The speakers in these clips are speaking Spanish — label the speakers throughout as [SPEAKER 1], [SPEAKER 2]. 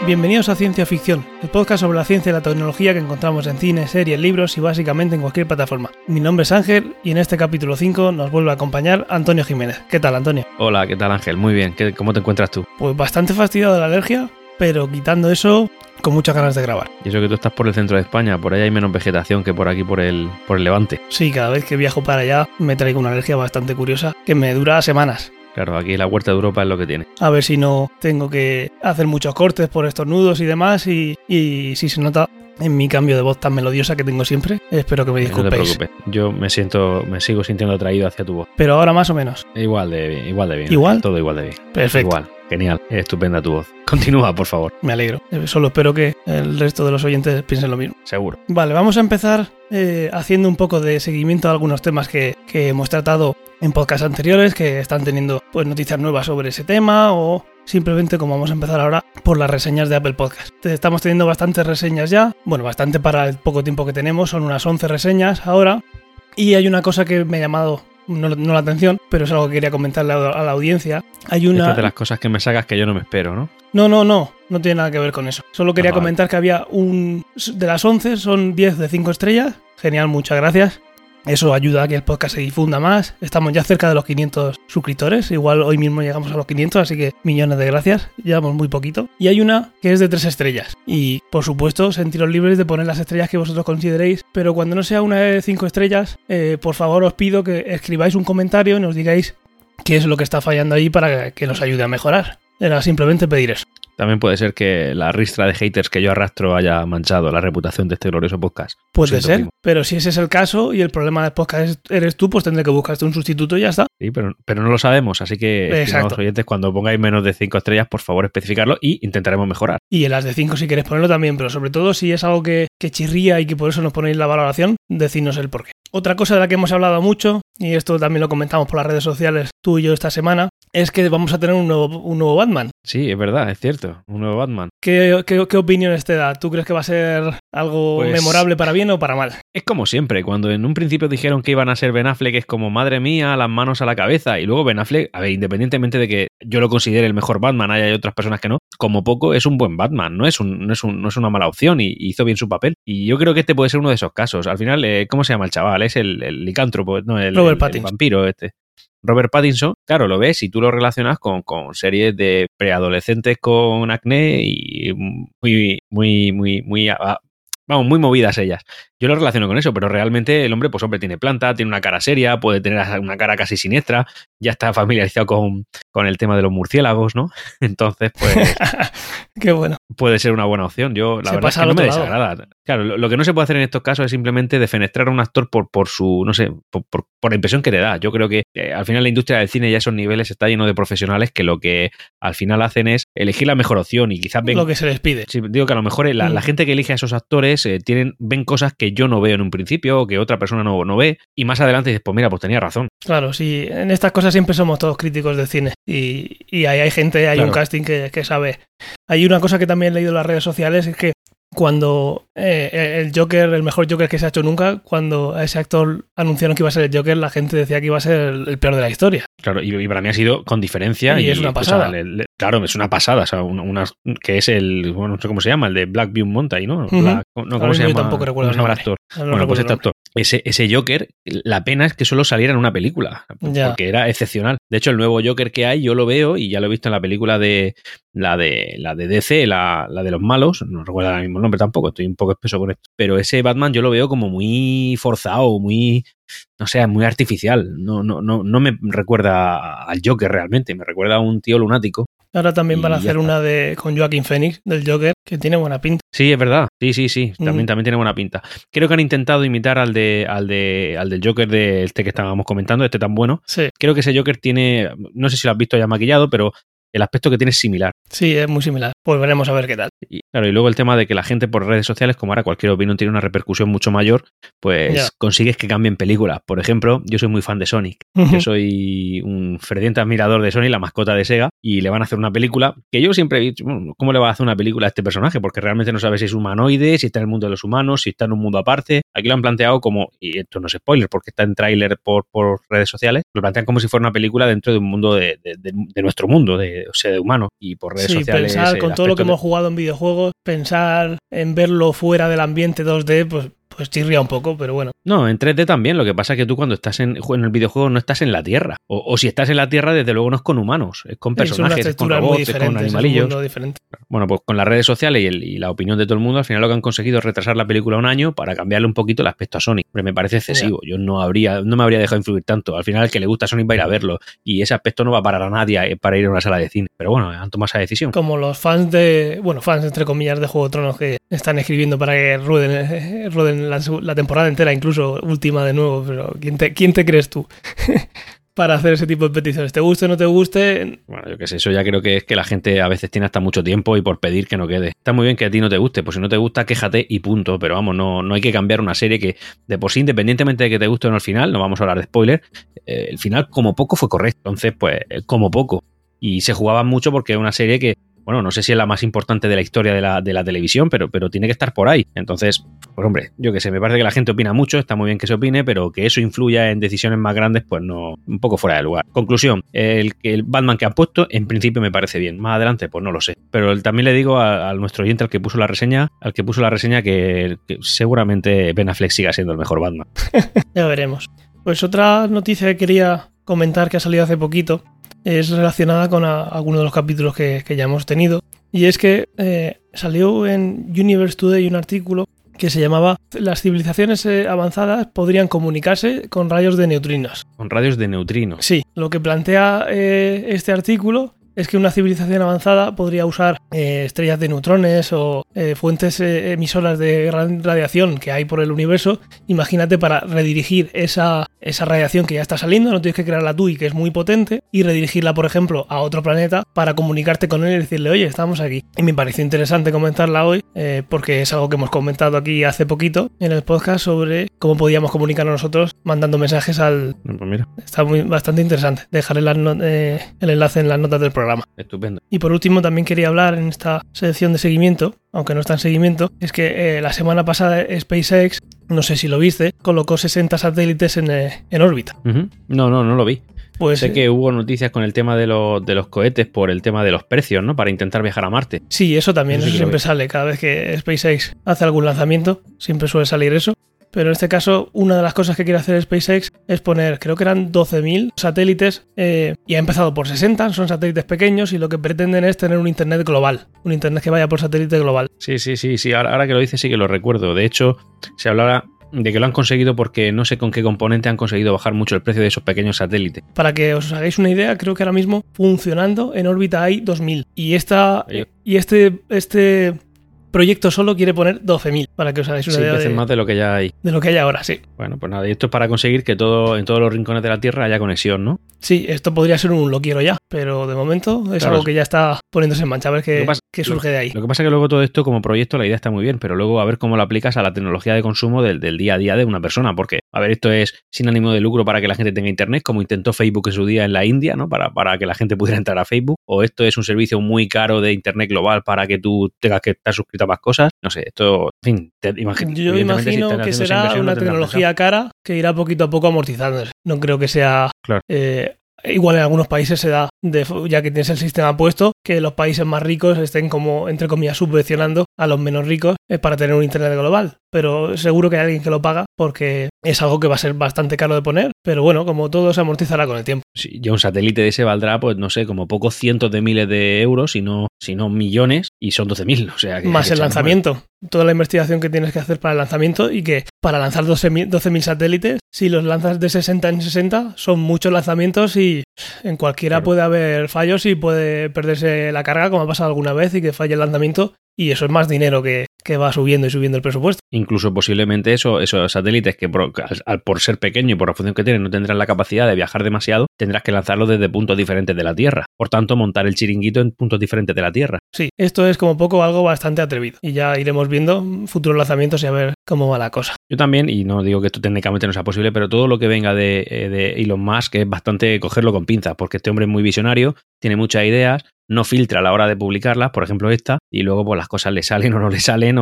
[SPEAKER 1] Bienvenidos a Ciencia Ficción, el podcast sobre la ciencia y la tecnología que encontramos en cine, series, libros y básicamente en cualquier plataforma. Mi nombre es Ángel y en este capítulo 5 nos vuelve a acompañar Antonio Jiménez. ¿Qué tal, Antonio?
[SPEAKER 2] Hola, ¿qué tal, Ángel? Muy bien, ¿cómo te encuentras tú?
[SPEAKER 1] Pues bastante fastidiado de la alergia, pero quitando eso, con muchas ganas de grabar.
[SPEAKER 2] Y eso que tú estás por el centro de España, por allá hay menos vegetación que por aquí, por el Levante.
[SPEAKER 1] Sí, cada vez que viajo para allá me traigo una alergia bastante curiosa que me dura semanas.
[SPEAKER 2] Claro, aquí la huerta de Europa es lo que tiene.
[SPEAKER 1] A ver si no tengo que hacer muchos cortes por estornudos y demás y si se nota en mi cambio de voz tan melodiosa que tengo siempre, espero que me disculpéis.
[SPEAKER 2] No te preocupes, yo me sigo sintiendo atraído hacia tu voz.
[SPEAKER 1] Pero ahora más o menos.
[SPEAKER 2] Igual de bien.
[SPEAKER 1] ¿Igual?
[SPEAKER 2] Todo igual de bien.
[SPEAKER 1] Perfecto.
[SPEAKER 2] Igual, genial, estupenda tu voz. Continúa, por favor.
[SPEAKER 1] Me alegro. Solo espero que el resto de los oyentes piensen lo mismo.
[SPEAKER 2] Seguro.
[SPEAKER 1] Vale, vamos a empezar haciendo un poco de seguimiento a algunos temas que hemos tratado en podcasts anteriores, que están teniendo pues noticias nuevas sobre ese tema o simplemente, como vamos a empezar ahora, por las reseñas de Apple Podcast. Estamos teniendo bastantes reseñas ya, bueno, bastante para el poco tiempo que tenemos, son unas 11 reseñas ahora, y hay una cosa que me ha llamado no la atención, pero es algo que quería comentarle a la audiencia. Hay una...
[SPEAKER 2] Estas de las cosas que me sacas que yo no me espero, ¿no?
[SPEAKER 1] No tiene nada que ver con eso. Solo quería comentar que había de las 11 son 10 de 5 estrellas. Genial, muchas gracias. Eso ayuda a que el podcast se difunda más. Estamos ya cerca de los 500 suscriptores. Igual hoy mismo llegamos a los 500, así que millones de gracias. Llevamos muy poquito. Y hay una que es de 3 estrellas. Y, por supuesto, sentiros libres de poner las estrellas que vosotros consideréis. Pero cuando no sea una de 5 estrellas, por favor os pido que escribáis un comentario y nos digáis qué es lo que está fallando ahí para que nos ayude a mejorar. Era simplemente pedir eso.
[SPEAKER 2] También puede ser que la ristra de haters que yo arrastro haya manchado la reputación de este glorioso podcast.
[SPEAKER 1] Puede ser, pero si ese es el caso y el problema del podcast eres tú, pues tendré que buscarte un sustituto y ya está.
[SPEAKER 2] Sí, pero no lo sabemos, así que, estimados oyentes, cuando pongáis menos de 5 estrellas, por favor, especificarlo y intentaremos mejorar.
[SPEAKER 1] Y en las de 5 si queréis ponerlo también, pero sobre todo si es algo que chirría y que por eso nos ponéis la valoración, decidnos el porqué. Otra cosa de la que hemos hablado mucho, y esto también lo comentamos por las redes sociales tú y yo esta semana, es que vamos a tener un nuevo Batman.
[SPEAKER 2] Sí, es verdad, es cierto, un nuevo Batman.
[SPEAKER 1] ¿Qué opiniones te da? ¿Tú crees que va a ser algo memorable para bien o para mal?
[SPEAKER 2] Es como siempre, cuando en un principio dijeron que iban a ser Ben Affleck, es como, madre mía, las manos a la cabeza, y luego Ben Affleck, a ver, independientemente de que yo lo considere el mejor Batman, hay otras personas que no, como poco es un buen Batman, no es una mala opción y hizo bien su papel. Y yo creo que este puede ser uno de esos casos. Al final, ¿cómo se llama el chaval? Es el licántropo, no, el vampiro este. Robert Pattinson, claro, lo ves y tú lo relacionas con series de preadolescentes con acné y muy movidas ellas. Yo lo relaciono con eso, pero realmente el hombre, tiene planta, tiene una cara seria, puede tener una cara casi siniestra, ya está familiarizado con el tema de los murciélagos, ¿no? Entonces, pues...
[SPEAKER 1] Qué bueno.
[SPEAKER 2] Puede ser una buena opción. Yo, la verdad es que no me desagrada. Claro, lo que no se puede hacer en estos casos es simplemente defenestrar a un actor por su, no sé, por la impresión que le da. Yo creo que al final la industria del cine ya a esos niveles está lleno de profesionales que lo que al final hacen es elegir la mejor opción y quizás ven...
[SPEAKER 1] Lo que se les pide.
[SPEAKER 2] Sí, digo que a lo mejor la gente que elige a esos actores ven cosas que yo no veo en un principio o que otra persona no ve y más adelante dices, pues mira, pues tenía razón.
[SPEAKER 1] Claro, sí, en estas cosas siempre somos todos críticos del cine y hay gente, hay un casting que sabe. Hay una cosa que también he leído en las redes sociales, es que cuando el Joker, el mejor Joker que se ha hecho nunca, cuando a ese actor anunciaron que iba a ser el Joker, la gente decía que iba a ser el peor de la historia.
[SPEAKER 2] Claro, y para mí ha sido con diferencia.
[SPEAKER 1] Y es una pasada.
[SPEAKER 2] Claro, es una pasada. O sea, que es no sé cómo se llama, el de Black Butte Mountain, ¿no? ¿Cómo se llama?
[SPEAKER 1] Yo tampoco recuerdo
[SPEAKER 2] el actor. Pues este actor. Ese Joker, la pena es que solo saliera en una película, porque era excepcional. De hecho, el nuevo Joker que hay, yo lo veo y ya lo he visto en la película de la de DC, la de los malos, no recuerdo el mismo nombre tampoco, estoy un poco espeso con esto, pero ese Batman yo lo veo como muy forzado, muy, no sé, muy artificial, no me recuerda al Joker realmente, me recuerda a un tío lunático.
[SPEAKER 1] Ahora también van a hacer una con Joaquin Phoenix del Joker, que tiene buena pinta.
[SPEAKER 2] Sí, es verdad. Sí. También tiene buena pinta. Creo que han intentado imitar al del Joker de este que estábamos comentando, este tan bueno.
[SPEAKER 1] Sí.
[SPEAKER 2] Creo que ese Joker tiene, no sé si lo has visto ya maquillado, pero el aspecto que tiene es similar.
[SPEAKER 1] Sí, es muy similar. Pues veremos a ver qué tal.
[SPEAKER 2] Y luego el tema de que la gente por redes sociales, como ahora cualquier opinión tiene una repercusión mucho mayor, pues consigues que cambien películas. Por ejemplo, yo soy muy fan de Sonic. Yo soy un ferviente admirador de Sonic, la mascota de Sega, y le van a hacer una película que yo siempre he dicho, bueno, ¿cómo le va a hacer una película a este personaje? Porque realmente no sabes si es humanoide, si está en el mundo de los humanos, si está en un mundo aparte. Aquí lo han planteado como, y esto no es spoiler porque está en tráiler por redes sociales, lo plantean como si fuera una película dentro de un mundo de nuestro mundo, de humano, y por redes sociales.
[SPEAKER 1] Pensar con todo lo que hemos jugado en videojuegos, pensar en verlo fuera del ambiente 2D, pues chirría un poco, pero bueno.
[SPEAKER 2] No, en 3D también. Lo que pasa es que tú cuando estás en el videojuego no estás en la Tierra. O si estás en la Tierra, desde luego no es con humanos. Es con personajes, es con robots, es con animalillos.
[SPEAKER 1] Es un mundo diferente.
[SPEAKER 2] Bueno, pues con las redes sociales y la opinión de todo el mundo, al final lo que han conseguido es retrasar la película un año para cambiarle un poquito el aspecto a Sonic. Pero me parece excesivo. Yo no me habría dejado influir tanto. Al final el que le gusta a Sonic va a ir a verlo. Y ese aspecto no va a parar a nadie para ir a una sala de cine. Pero bueno, han tomado esa decisión.
[SPEAKER 1] Como los fans fans entre comillas de Juego de Tronos que están escribiendo para que rueden la temporada entera, incluso última de nuevo, pero ¿quién te crees tú para hacer ese tipo de peticiones? ¿Te guste o no te guste?
[SPEAKER 2] Bueno, yo qué sé, eso ya creo que es que la gente a veces tiene hasta mucho tiempo y por pedir que no quede. Está muy bien que a ti no te guste, pues si no te gusta, quéjate y punto, pero vamos, no hay que cambiar una serie que de por sí, independientemente de que te guste o no el final, no vamos a hablar de spoiler, el final como poco fue correcto, entonces pues como poco. Y se jugaba mucho porque es una serie que, bueno, no sé si es la más importante de la historia de la televisión, pero tiene que estar por ahí. Entonces, pues hombre, yo qué sé, me parece que la gente opina mucho, está muy bien que se opine, pero que eso influya en decisiones más grandes, pues no, un poco fuera de lugar. Conclusión, el Batman que han puesto, en principio me parece bien. Más adelante, pues no lo sé. Pero también le digo a nuestro oyente, al que puso la reseña, que seguramente Ben Affleck siga siendo el mejor Batman.
[SPEAKER 1] Ya veremos. Pues otra noticia que quería comentar que ha salido hace poquito es relacionada con algunos de los capítulos que ya hemos tenido. Y es que salió en Universe Today un artículo que se llamaba "Las civilizaciones avanzadas podrían comunicarse con rayos de neutrinos".
[SPEAKER 2] ¿Con rayos de neutrinos?
[SPEAKER 1] Sí, lo que plantea este artículo es que una civilización avanzada podría usar estrellas de neutrones o fuentes emisoras de gran radiación que hay por el universo. Imagínate, para redirigir esa radiación que ya está saliendo, no tienes que crearla tú y que es muy potente, y redirigirla, por ejemplo, a otro planeta para comunicarte con él y decirle, oye, estamos aquí. Y me pareció interesante comentarla hoy porque es algo que hemos comentado aquí hace poquito en el podcast sobre cómo podíamos comunicarnos nosotros mandando mensajes al...
[SPEAKER 2] Pues mira.
[SPEAKER 1] Está bastante interesante. Dejaré el enlace en las notas del programa.
[SPEAKER 2] Estupendo.
[SPEAKER 1] Y por último, también quería hablar en esta sección de seguimiento, aunque no está en seguimiento, es que la semana pasada SpaceX, no sé si lo viste, colocó 60 satélites en órbita.
[SPEAKER 2] Uh-huh. No lo vi.
[SPEAKER 1] Pues,
[SPEAKER 2] sé que hubo noticias con el tema de los cohetes por el tema de los precios, ¿no? Para intentar viajar a Marte.
[SPEAKER 1] Sí, eso también, eso siempre sale. Cada vez que SpaceX hace algún lanzamiento, siempre suele salir eso. Pero en este caso, una de las cosas que quiere hacer SpaceX es poner, creo que eran 12.000 satélites, y ha empezado por 60, son satélites pequeños, y lo que pretenden es tener un internet global, un internet que vaya por satélite global.
[SPEAKER 2] Sí, ahora que lo dices sí que lo recuerdo. De hecho, se hablaba de que lo han conseguido porque no sé con qué componente han conseguido bajar mucho el precio de esos pequeños satélites.
[SPEAKER 1] Para que os hagáis una idea, creo que ahora mismo funcionando en órbita hay 2.000. Y este proyecto solo quiere poner 12.000, para que os hagáis una idea.
[SPEAKER 2] 6 veces más de lo que ya hay.
[SPEAKER 1] De lo que hay ahora, sí.
[SPEAKER 2] Bueno, pues nada, y esto es para conseguir que en todos los rincones de la Tierra haya conexión, ¿no?
[SPEAKER 1] Sí, esto podría ser un lo quiero ya, pero de momento es algo que ya está poniéndose en marcha, a ver qué surge de ahí.
[SPEAKER 2] Lo que pasa es que luego todo esto como proyecto la idea está muy bien, pero luego a ver cómo lo aplicas a la tecnología de consumo del día a día de una persona, porque, a ver, esto es sin ánimo de lucro para que la gente tenga internet, como intentó Facebook en su día en la India, ¿no? Para que la gente pudiera entrar a Facebook, o esto es un servicio muy caro de internet global para que tú tengas que estar suscrito a más cosas. No sé, esto, en fin,
[SPEAKER 1] yo imagino que será una tecnología cara que irá poquito a poco amortizándose. No creo que sea...
[SPEAKER 2] Claro.
[SPEAKER 1] Igual en algunos países se da, ya que tienes el sistema puesto, que los países más ricos estén como, entre comillas, subvencionando a los menos ricos para tener un internet global. Pero seguro que hay alguien que lo paga porque es algo que va a ser bastante caro de poner. Pero bueno, como todo se amortizará con el tiempo.
[SPEAKER 2] Sí, ya un satélite de ese valdrá, pues no sé, como pocos cientos de miles de euros, si no millones, y son 12.000. O sea,
[SPEAKER 1] más el lanzamiento. Toda la investigación que tienes que hacer para el lanzamiento, y que para lanzar 12.000 satélites, si los lanzas de 60 en 60, son muchos lanzamientos y en cualquiera puede haber fallos y puede perderse la carga, como ha pasado alguna vez, y que falle el lanzamiento. Y eso es más dinero que va subiendo y subiendo el presupuesto.
[SPEAKER 2] Incluso posiblemente esos satélites que por ser pequeño y por la función que tienen no tendrán la capacidad de viajar demasiado, tendrás que lanzarlos desde puntos diferentes de la Tierra. Por tanto, montar el chiringuito en puntos diferentes de la Tierra.
[SPEAKER 1] Sí, esto es como poco algo bastante atrevido. Y ya iremos viendo futuros lanzamientos y a ver cómo va la cosa.
[SPEAKER 2] Yo también, y no digo que esto técnicamente no sea posible, pero todo lo que venga de Elon Musk es bastante cogerlo con pinzas, porque este hombre es muy visionario, tiene muchas ideas, no filtra a la hora de publicarlas, por ejemplo esta, y luego pues las cosas le salen o no le salen, o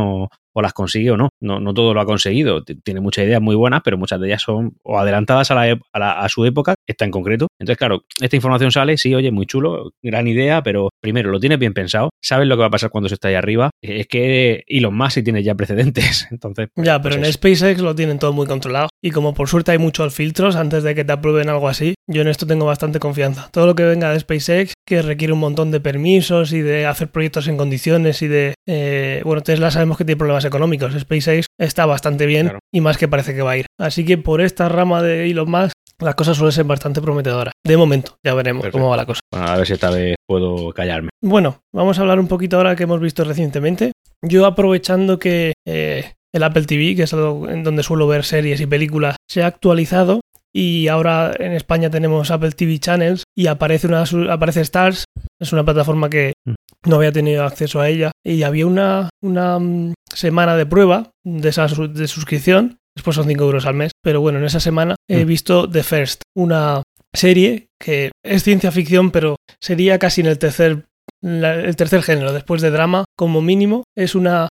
[SPEAKER 2] o las consigue o no. No todo lo ha conseguido. Tiene muchas ideas muy buenas, pero muchas de ellas son o adelantadas a su época, esta en concreto. Entonces, claro, esta información sale, sí, oye, muy chulo, gran idea, pero primero, lo tienes bien pensado, sabes lo que va a pasar cuando se está ahí arriba. Es que Elon Musk sí tiene ya precedentes. Entonces,
[SPEAKER 1] ya, pero en SpaceX lo tienen todo muy controlado. Y como por suerte hay muchos filtros antes de que te aprueben algo así, yo en esto tengo bastante confianza. Todo lo que venga de SpaceX, que requiere un montón de permisos y de hacer proyectos en condiciones y de... bueno, Tesla sabemos que tiene problemas económicos. SpaceX está bastante bien, claro, y más que parece que va a ir. Así que por esta rama de Elon Musk, las cosas suelen ser bastante prometedoras. De momento, ya veremos cómo va la cosa.
[SPEAKER 2] Bueno, a ver si esta vez puedo callarme.
[SPEAKER 1] Bueno, vamos a hablar un poquito ahora que hemos visto recientemente. Yo aprovechando que el Apple TV, que es algo en donde suelo ver series y películas, se ha actualizado y ahora en España tenemos Apple TV Channels y aparece Stars. Es una plataforma que no había tenido acceso a ella y había una semana de prueba de suscripción. Después son 5 euros al mes, pero bueno, en esa semana he visto The First, una serie que es ciencia ficción, pero sería casi en el tercer género, después de drama, como mínimo. Es una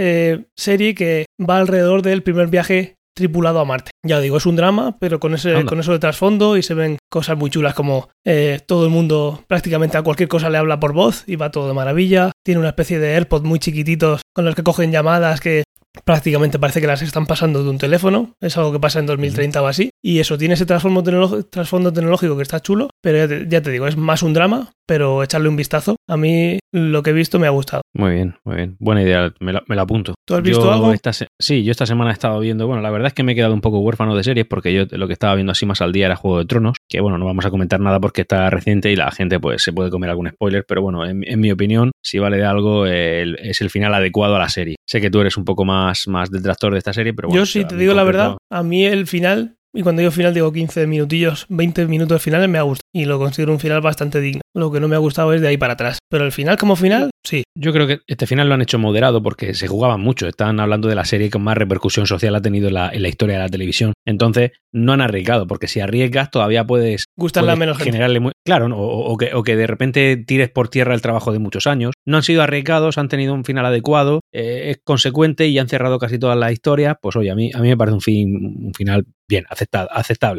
[SPEAKER 1] serie que va alrededor del primer viaje tripulado a Marte. Ya digo, es un drama, pero con eso de trasfondo, y se ven cosas muy chulas como todo el mundo prácticamente a cualquier cosa le habla por voz y va todo de maravilla. Tiene una especie de AirPods muy chiquititos con los que cogen llamadas que prácticamente parece que las están pasando de un teléfono. Es algo que pasa en 2030 o así. Y eso, tiene ese trasfondo tecnológico que está chulo, pero ya te digo, es más un drama, pero echarle un vistazo. A mí lo que he visto me ha gustado.
[SPEAKER 2] Muy bien, muy bien. Buena idea, me la apunto.
[SPEAKER 1] ¿Tú has visto algo?
[SPEAKER 2] Sí, yo esta semana he estado viendo, bueno, la verdad es que me he quedado un poco huérfano de series porque yo lo que estaba viendo así más al día era Juego de Tronos, que bueno, no vamos a comentar nada porque está reciente y la gente pues se puede comer algún spoiler, pero bueno, en mi opinión, si vale de algo, es el final adecuado a la serie. Sé que tú eres un poco más detractor de esta serie, pero bueno.
[SPEAKER 1] Yo sí, te digo la verdad, a mí el final... Y cuando digo final digo 15 minutillos, 20 minutos finales me ha gustado. Y lo considero un final bastante digno. Lo que no me ha gustado es de ahí para atrás. Pero el final como final, sí.
[SPEAKER 2] Yo creo que este final lo han hecho moderado porque se jugaban mucho. Están hablando de la serie que más repercusión social ha tenido en la historia de la televisión. Entonces no han arriesgado, porque si arriesgas todavía puedes
[SPEAKER 1] gustarle a menos
[SPEAKER 2] generarle
[SPEAKER 1] gente.
[SPEAKER 2] Claro, ¿no? o que de repente tires por tierra el trabajo de muchos años. No han sido arriesgados, han tenido un final adecuado, es consecuente y han cerrado casi todas las historias. Pues oye, a mí me parece un final bien, aceptable.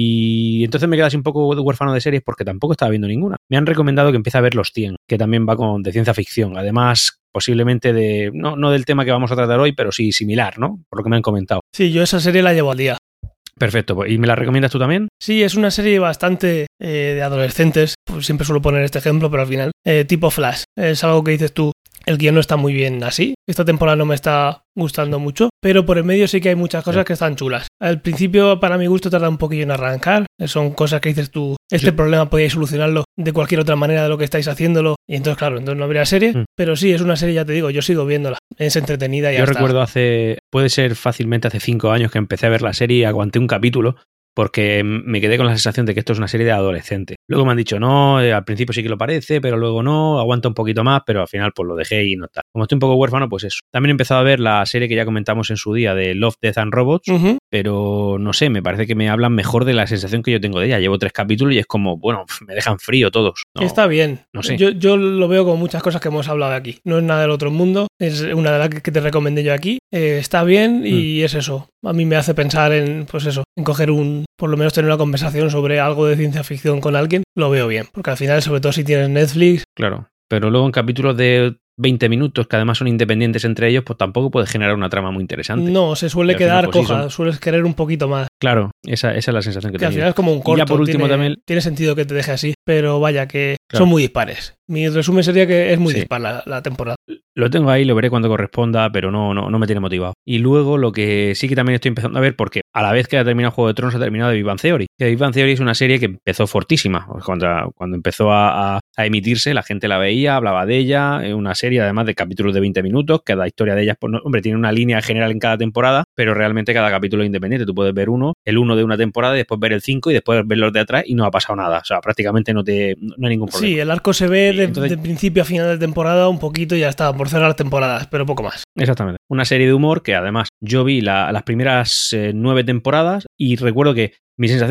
[SPEAKER 2] Y entonces me quedé así un poco huérfano de series porque tampoco estaba viendo ninguna. Me han recomendado que empiece a ver Los 100, que también va de ciencia ficción. Además, posiblemente no del tema que vamos a tratar hoy, pero sí similar, ¿no? Por lo que me han comentado.
[SPEAKER 1] Sí, yo esa serie la llevo al día.
[SPEAKER 2] Perfecto. ¿Y me la recomiendas tú también?
[SPEAKER 1] Sí, es una serie bastante de adolescentes. Pues siempre suelo poner este ejemplo, pero al final, tipo Flash. Es algo que dices tú, el guión no está muy bien así. Esta temporada no me está gustando mucho, pero por el medio sí que hay muchas cosas que están chulas. Al principio, para mi gusto, tarda un poquillo en arrancar. Son cosas que dices tú, problema podíais solucionarlo de cualquier otra manera de lo que estáis haciéndolo. Y entonces, claro, entonces no habría serie. Pero sí, es una serie, ya te digo, yo sigo viéndola. Es entretenida y ya está.
[SPEAKER 2] Yo recuerdo puede ser fácilmente hace 5 años que empecé a ver la serie y aguanté un capítulo porque me quedé con la sensación de que esto es una serie de adolescentes. Luego me han dicho, no, al principio sí que lo parece, pero luego no, aguanta un poquito más, pero al final pues lo dejé y no está. Como estoy un poco huérfano, pues eso. También he empezado a ver la serie que ya comentamos en su día de Love, Death and Robots, pero no sé, me parece que me hablan mejor de la sensación que yo tengo de ella. Llevo 3 capítulos y es como, bueno, me dejan frío todos. No,
[SPEAKER 1] está bien.
[SPEAKER 2] No sé.
[SPEAKER 1] Yo lo veo con muchas cosas que hemos hablado aquí. No es nada del otro mundo, es una de las que te recomendé yo aquí. Está bien y es eso. A mí me hace pensar en, pues eso, en coger por lo menos tener una conversación sobre algo de ciencia ficción con alguien, lo veo bien. Porque al final, sobre todo si tienes Netflix...
[SPEAKER 2] Claro, pero luego en capítulos de 20 minutos, que además son independientes entre ellos, pues tampoco puedes generar una trama muy interesante.
[SPEAKER 1] No, se suele quedar final, pues, coja, sueles querer un poquito más.
[SPEAKER 2] Claro, esa es la sensación que tengo.
[SPEAKER 1] Al final es como un corto,
[SPEAKER 2] y ya por último también...
[SPEAKER 1] tiene sentido que te deje así, pero vaya que son muy dispares. Mi resumen sería que es muy dispar la temporada.
[SPEAKER 2] Lo tengo ahí, lo veré cuando corresponda, pero no me tiene motivado. Y luego lo que sí que también estoy empezando a ver, porque a la vez que ha terminado Juego de Tronos, ha terminado The Big Bang Theory. The Big Bang Theory es una serie que empezó fortísima. Cuando empezó a emitirse, la gente la veía, hablaba de ella. Es una serie, además, de capítulos de 20 minutos. Cada historia de ellas, pues, hombre, tiene una línea general en cada temporada, pero realmente cada capítulo es independiente. Tú puedes ver el 1 de una temporada y después ver el 5 y después ver los de atrás y no ha pasado nada. O sea, prácticamente no hay ningún problema.
[SPEAKER 1] Sí, el arco se ve de principio a final de temporada un poquito y ya está, por cerrar temporadas, pero poco más.
[SPEAKER 2] Exactamente. Una serie de humor que además yo vi las primeras 9 temporadas y recuerdo que mi sensación era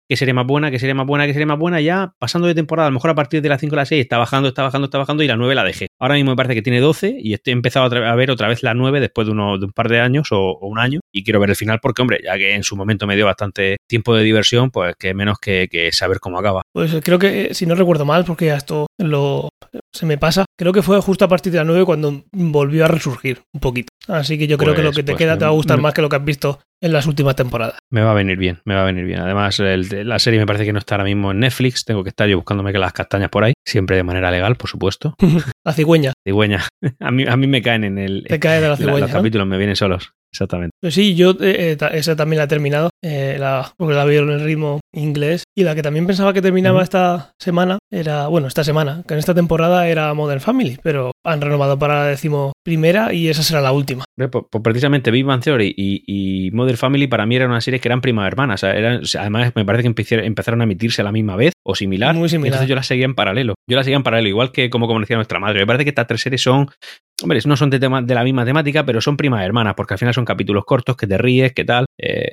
[SPEAKER 2] qué serie más buena, qué serie más buena, qué serie más buena, ya pasando de temporada, a lo mejor a partir de las 5 o las 6 está bajando y la 9 la dejé. Ahora mismo me parece que tiene 12 y estoy empezado a ver otra vez la 9 después de un par de años o un año y quiero ver el final porque, hombre, ya que en su momento me dio bastante tiempo de diversión, pues que menos que saber cómo acaba.
[SPEAKER 1] Pues creo que, si no recuerdo mal, porque esto se me pasa, creo que fue justo a partir de la 9 cuando volvió a resurgir un poquito. Así que yo creo que lo que te queda te va a gustar más que lo que has visto en las últimas temporadas.
[SPEAKER 2] Me va a venir bien. Además, la serie me parece que no está ahora mismo en Netflix. Tengo que estar yo buscándome que las castañas por ahí. Siempre de manera legal, por supuesto.
[SPEAKER 1] La cigüeña.
[SPEAKER 2] Cigüeña. A mí me caen en el...
[SPEAKER 1] Te cae de la cigüeña,
[SPEAKER 2] los capítulos me vienen solos. Exactamente.
[SPEAKER 1] Pues sí, yo esa también la he terminado, porque la veo en el ritmo inglés. Y la que también pensaba que terminaba esta semana, que en esta temporada era Modern Family, pero han renovado para la 11ª y esa será la última.
[SPEAKER 2] Pues precisamente Big Bang Theory y Modern Family para mí eran una serie que eran prima hermanas. Además, me parece que empezaron a emitirse a la misma vez o similar.
[SPEAKER 1] Muy similar.
[SPEAKER 2] Entonces yo las seguía en paralelo. Igual que Como conocía a nuestra madre. Me parece que estas tres series son... Hombre, no son de la misma temática, pero son primas hermanas, porque al final son capítulos cortos, que te ríes, qué tal.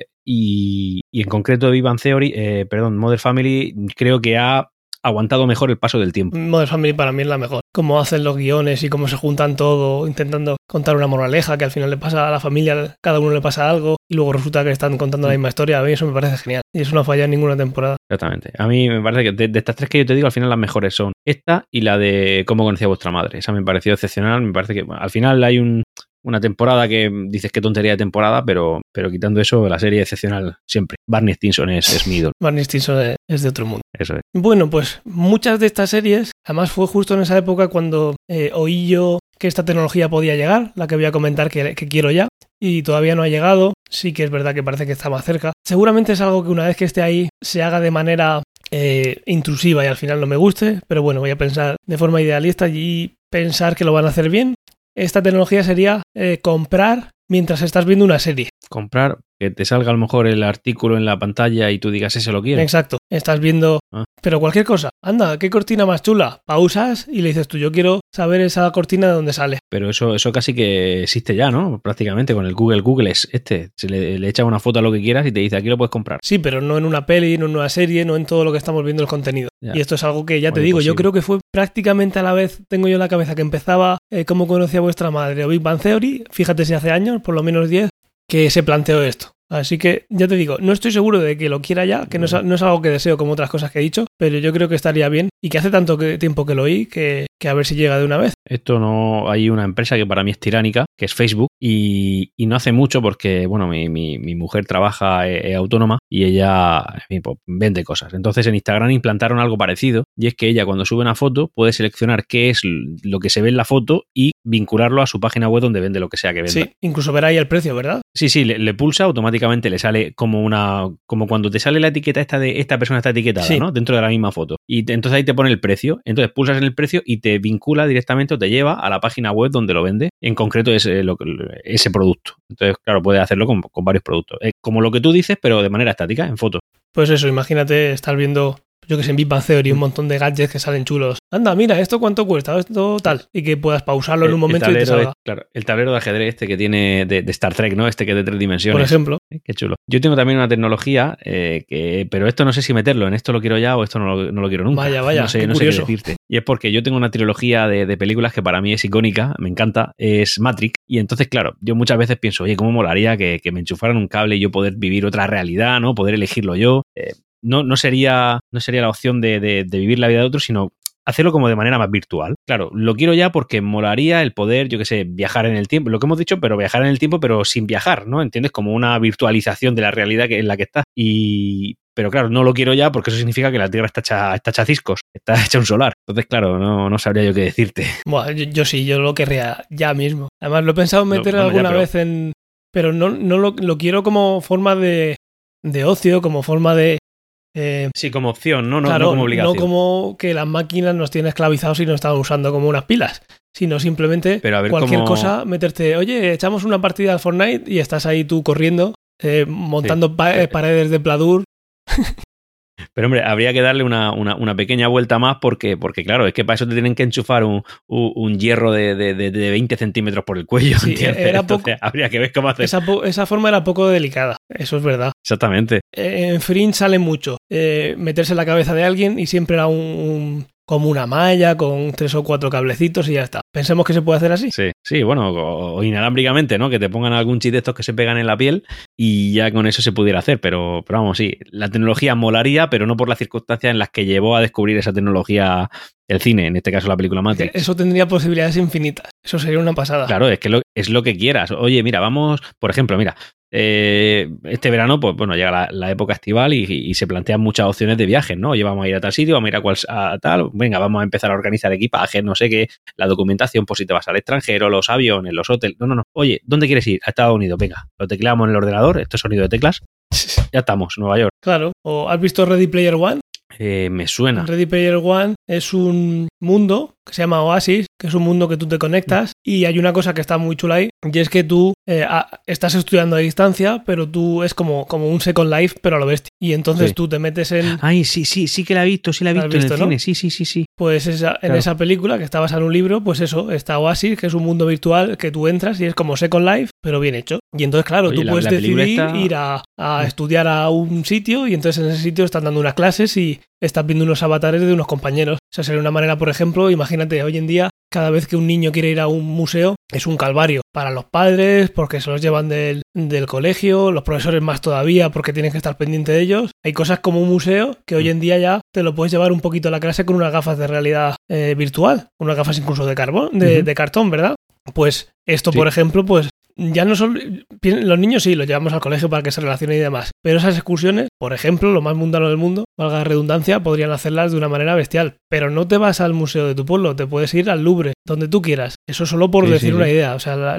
[SPEAKER 2] Y en concreto Big Bang Theory, Modern Family, creo que ha aguantado mejor el paso del tiempo.
[SPEAKER 1] Modern Family para mí es la mejor. Cómo hacen los guiones y cómo se juntan todo, intentando contar una moraleja que al final le pasa a la familia, cada uno le pasa algo y luego resulta que están contando la misma historia. A mí eso me parece genial y eso no falla en ninguna temporada.
[SPEAKER 2] Exactamente. A mí me parece que de estas tres que yo te digo, al final las mejores son esta y la de Cómo conocía a vuestra madre. Esa me pareció excepcional. Me parece que al final hay una temporada que dices qué tontería de temporada, pero quitando eso, la serie es excepcional siempre. Barney Stinson es mi ídolo.
[SPEAKER 1] Barney Stinson es de otro mundo.
[SPEAKER 2] Eso es.
[SPEAKER 1] Bueno, pues muchas de estas series, además fue justo en esa época cuando oí yo que esta tecnología podía llegar, la que voy a comentar que quiero ya, y todavía no ha llegado. Sí que es verdad que parece que está más cerca. Seguramente es algo que una vez que esté ahí se haga de manera intrusiva y al final no me guste, pero bueno, voy a pensar de forma idealista y pensar que lo van a hacer bien. Esta tecnología sería comprar mientras estás viendo una serie.
[SPEAKER 2] Comprar, que te salga a lo mejor el artículo en la pantalla y tú digas ese lo quiero.
[SPEAKER 1] Exacto, estás viendo, pero cualquier cosa. Anda, ¿qué cortina más chula? Pausas y le dices tú, yo quiero saber esa cortina de dónde sale.
[SPEAKER 2] Pero eso casi que existe ya, ¿no? Prácticamente con el Google. Google es se le echa una foto a lo que quieras y te dice, aquí lo puedes comprar.
[SPEAKER 1] Sí, pero no en una peli, no en una serie, no en todo lo que estamos viendo el contenido. Ya. Y esto es algo que ya te digo, yo creo que fue prácticamente a la vez, tengo yo en la cabeza que empezaba Cómo conocía a vuestra madre o Big Bang Theory, fíjate si hace años, por lo menos 10, que se planteó esto. Así que, ya te digo, no estoy seguro de que lo quiera ya, que no es algo que deseo como otras cosas que he dicho, pero yo creo que estaría bien y que hace tanto tiempo que lo oí que a ver si llega de una vez.
[SPEAKER 2] Esto no... Hay una empresa que para mí es tiránica, que es Facebook, y no hace mucho porque, bueno, mi mujer trabaja autónoma y ella pues, vende cosas. Entonces en Instagram implantaron algo parecido y es que ella cuando sube una foto puede seleccionar qué es lo que se ve en la foto y vincularlo a su página web donde vende lo que sea que venda.
[SPEAKER 1] Sí, incluso verá ahí el precio, ¿verdad?
[SPEAKER 2] Sí, le pulsa, automáticamente le sale como cuando te sale la etiqueta esta de esta persona está etiquetada, sí, ¿no? Dentro de la misma foto. Y entonces ahí te pone el precio. Entonces pulsas en el precio y te vincula directamente o te lleva a la página web donde lo vende. En concreto es ese producto. Entonces, claro, puedes hacerlo con varios productos. Es como lo que tú dices, pero de manera estática, en foto.
[SPEAKER 1] Pues eso, imagínate estar viendo, yo que sé, en Big Bang Theory, un montón de gadgets que salen chulos. Anda, mira, ¿esto cuánto cuesta? Esto tal. Y que puedas pausarlo en un momento y te salga.
[SPEAKER 2] Claro, el tablero de ajedrez este que tiene de Star Trek, ¿no? Este que es de 3 dimensiones.
[SPEAKER 1] Por ejemplo.
[SPEAKER 2] Qué chulo. Yo tengo también una tecnología pero esto no sé si meterlo, en esto lo quiero ya o esto no lo quiero nunca.
[SPEAKER 1] Vaya,
[SPEAKER 2] no sé qué decirte. Y es porque yo tengo una trilogía de películas que para mí es icónica, me encanta, es Matrix. Y entonces, claro, yo muchas veces pienso, oye, ¿cómo molaría que me enchufaran un cable y yo poder vivir otra realidad, ¿no? Poder elegirlo yo. No sería la opción de vivir la vida de otro, sino hacerlo como de manera más virtual. Claro, lo quiero ya porque molaría el poder, yo qué sé, viajar en el tiempo, lo que hemos dicho, pero viajar en el tiempo, pero sin viajar, ¿no? ¿Entiendes? Como una virtualización de la realidad en la que estás. Pero claro, no lo quiero ya porque eso significa que la Tierra está hecha ciscos, está hecha un solar. Entonces, claro, no sabría yo qué decirte.
[SPEAKER 1] Bueno, yo lo querría ya mismo. Además, lo he pensado meter alguna vez en... Pero no lo quiero como forma de ocio, como forma de...
[SPEAKER 2] sí, como opción, no
[SPEAKER 1] claro,
[SPEAKER 2] como obligación.
[SPEAKER 1] No como que las máquinas nos tienen esclavizados y nos están usando como unas pilas, sino simplemente cualquier cosa, meterte, oye, echamos una partida al Fortnite y estás ahí tú corriendo, montando paredes de pladur.
[SPEAKER 2] Pero hombre, habría que darle una pequeña vuelta más porque claro, es que para eso te tienen que enchufar un hierro de 20 centímetros por el cuello,
[SPEAKER 1] Sí,
[SPEAKER 2] ¿entiendes? Entonces, habría que ver cómo hacer.
[SPEAKER 1] Esa forma era poco delicada, eso es verdad.
[SPEAKER 2] Exactamente.
[SPEAKER 1] En Fringe sale mucho meterse en la cabeza de alguien y siempre era como una malla con 3 o 4 cablecitos y ya está. Pensemos que se puede hacer así.
[SPEAKER 2] Sí, bueno, o inalámbricamente, ¿no? Que te pongan algún chip de estos que se pegan en la piel y ya con eso se pudiera hacer. Pero vamos, sí, la tecnología molaría, pero no por las circunstancias en las que llevó a descubrir esa tecnología el cine, en este caso la película Matrix.
[SPEAKER 1] Eso tendría posibilidades infinitas. Eso sería una pasada.
[SPEAKER 2] Claro, es que es lo que quieras. Oye, mira, vamos, por ejemplo, mira, este verano, pues bueno, llega la época estival y se plantean muchas opciones de viajes, ¿no? Oye, vamos a ir a tal sitio, vamos a ir a tal, venga, vamos a empezar a organizar equipajes, no sé qué, la documentación, por si te vas al extranjero, los aviones, los hoteles. No. Oye, ¿dónde quieres ir? A Estados Unidos, venga, lo tecleamos en el ordenador, esto es sonido de teclas, ya estamos, Nueva York.
[SPEAKER 1] Claro, ¿o has visto Ready Player One?
[SPEAKER 2] Me suena.
[SPEAKER 1] Ready Player One es un mundo que se llama Oasis, que es un mundo que tú te conectas y hay una cosa que está muy chula ahí y es que tú estás estudiando a distancia, pero tú es como un Second Life, pero a lo bestia. Y entonces tú te metes en...
[SPEAKER 2] Ay, sí que la he visto, en el cine, sí.
[SPEAKER 1] Pues en esa película, que está basada en un libro, pues eso, está Oasis, que es un mundo virtual que tú entras y es como Second Life, pero bien hecho. Y entonces, claro, tú puedes decidir ir a estudiar a un sitio y entonces en ese sitio están dando unas clases y estás viendo unos avatares de unos compañeros. O sea, sería una manera, por ejemplo, imagínate, hoy en día, cada vez que un niño quiere ir a un museo, es un calvario para los padres, porque se los llevan del colegio, los profesores más todavía, porque tienen que estar pendientes de ellos. Hay cosas como un museo que hoy en día ya te lo puedes llevar un poquito a la clase con unas gafas de realidad virtual, unas gafas incluso de cartón, ¿verdad? Pues esto, por ejemplo, pues ya no solo... Los niños sí, los llevamos al colegio para que se relacionen y demás, pero esas excursiones, por ejemplo, lo más mundano del mundo, valga la redundancia, podrían hacerlas de una manera bestial. Pero no te vas al museo de tu pueblo, te puedes ir al Louvre, donde tú quieras. Eso solo por decir una idea. O sea,